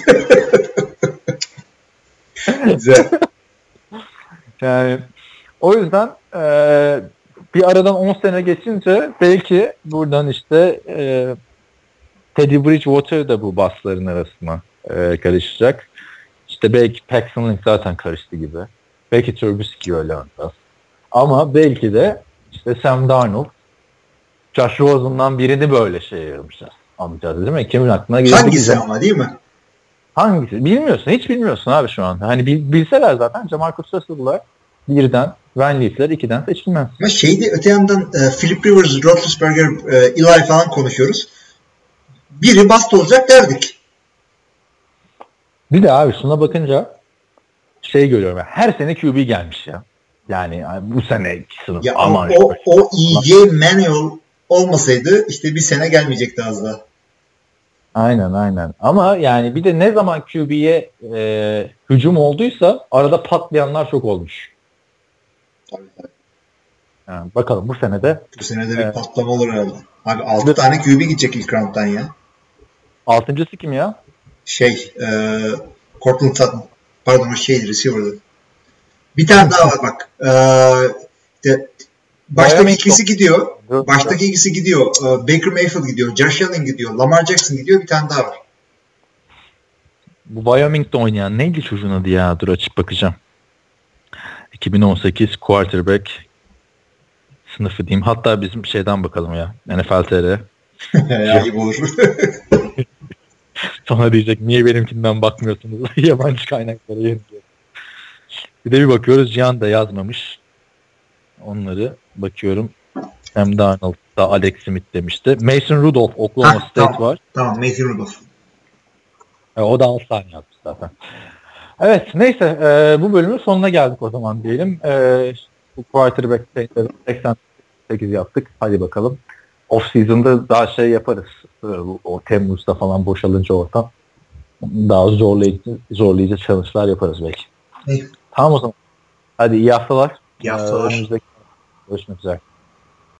Güzel. Yani o yüzden e, bir aradan on sene geçince belki buradan işte e, Teddy Bridgewater da bu basların arasına e, karışacak. İşte belki Paxton Lynch zaten karıştı gibi. Belki Trubisky öyle olmaz. Ama belki de işte Sam Darnold, Josh Rosen'dan birini böyle şey ayırmışlar. Anlayacağız değil mi? Kimin aklına geldi? Hangisi ama değil mi? Hangisi? Bilmiyorsun. Hiç bilmiyorsun abi şu anda. Hani bil, bilseler zaten Jamarcus Russell'lar birden, Van Leaf'ler ikiden seçilmez. Ama şeydi öte yandan e, Philip Rivers, Roethlisberger, e, Eli falan konuşuyoruz. Biri bast olacak derdik. Bir de abi şuna bakınca şey görüyorum. Ya, her sene Q B gelmiş ya. Yani, yani bu sene sınıf. Ya aman o, o, o E J Manuel olmasaydı işte bir sene gelmeyecekti az daha. Aynen aynen. Ama yani bir de ne zaman Q B'ye e, hücum olduysa arada patlayanlar çok olmuş. Tabii, tabii. Yani bakalım bu sene de Bu sene de bir Evet. patlama olur herhalde. Abi altı tane Q B gidecek ilk round'dan ya. altıncısı kim ya? Şey, e, Cortland Sutton. Pardon o şeydi, receiver'dı. Bir tane daha var bak. E, işte baştaki Wyoming ikisi gidiyor. Dur, Baştaki ikisi gidiyor. E, Baker Mayfield gidiyor. Josh Allen gidiyor. Lamar Jackson gidiyor. Bir tane daha var. Bu Wyoming'de oynayan neydi çocuğun adı ya? Dur açıp bakacağım. iki bin on sekiz quarterback sınıfı diyeyim. Hatta bizim şeyden bakalım ya. N F L T R. Ayıp olur. Sonra diyecek niye benimkinden bakmıyorsunuz? Yabancı kaynaklara yeniliyor. Bir de bir bakıyoruz Cihan da yazmamış. Onları bakıyorum. Hem Darnold da Alex Smith demişti. Mason Rudolph Oklahoma Ha, State tamam. var. Tamam. Matthew Rudolph. E, o da altı tane yapmış zaten. Evet neyse e, bu bölümün sonuna geldik o zaman diyelim. E, bu quarterback seksen sekiz yaptık. Hadi bakalım. Off season'da daha şey yaparız. E, o Temmuz'da falan boşalınca ortam. Daha zorlayıcı, zorlayıcı challenge'lar yaparız belki. İyi. Tamam o zaman. Hadi iyi haftalar. İyi haftalar. E, önümüzdeki görüşmek üzere.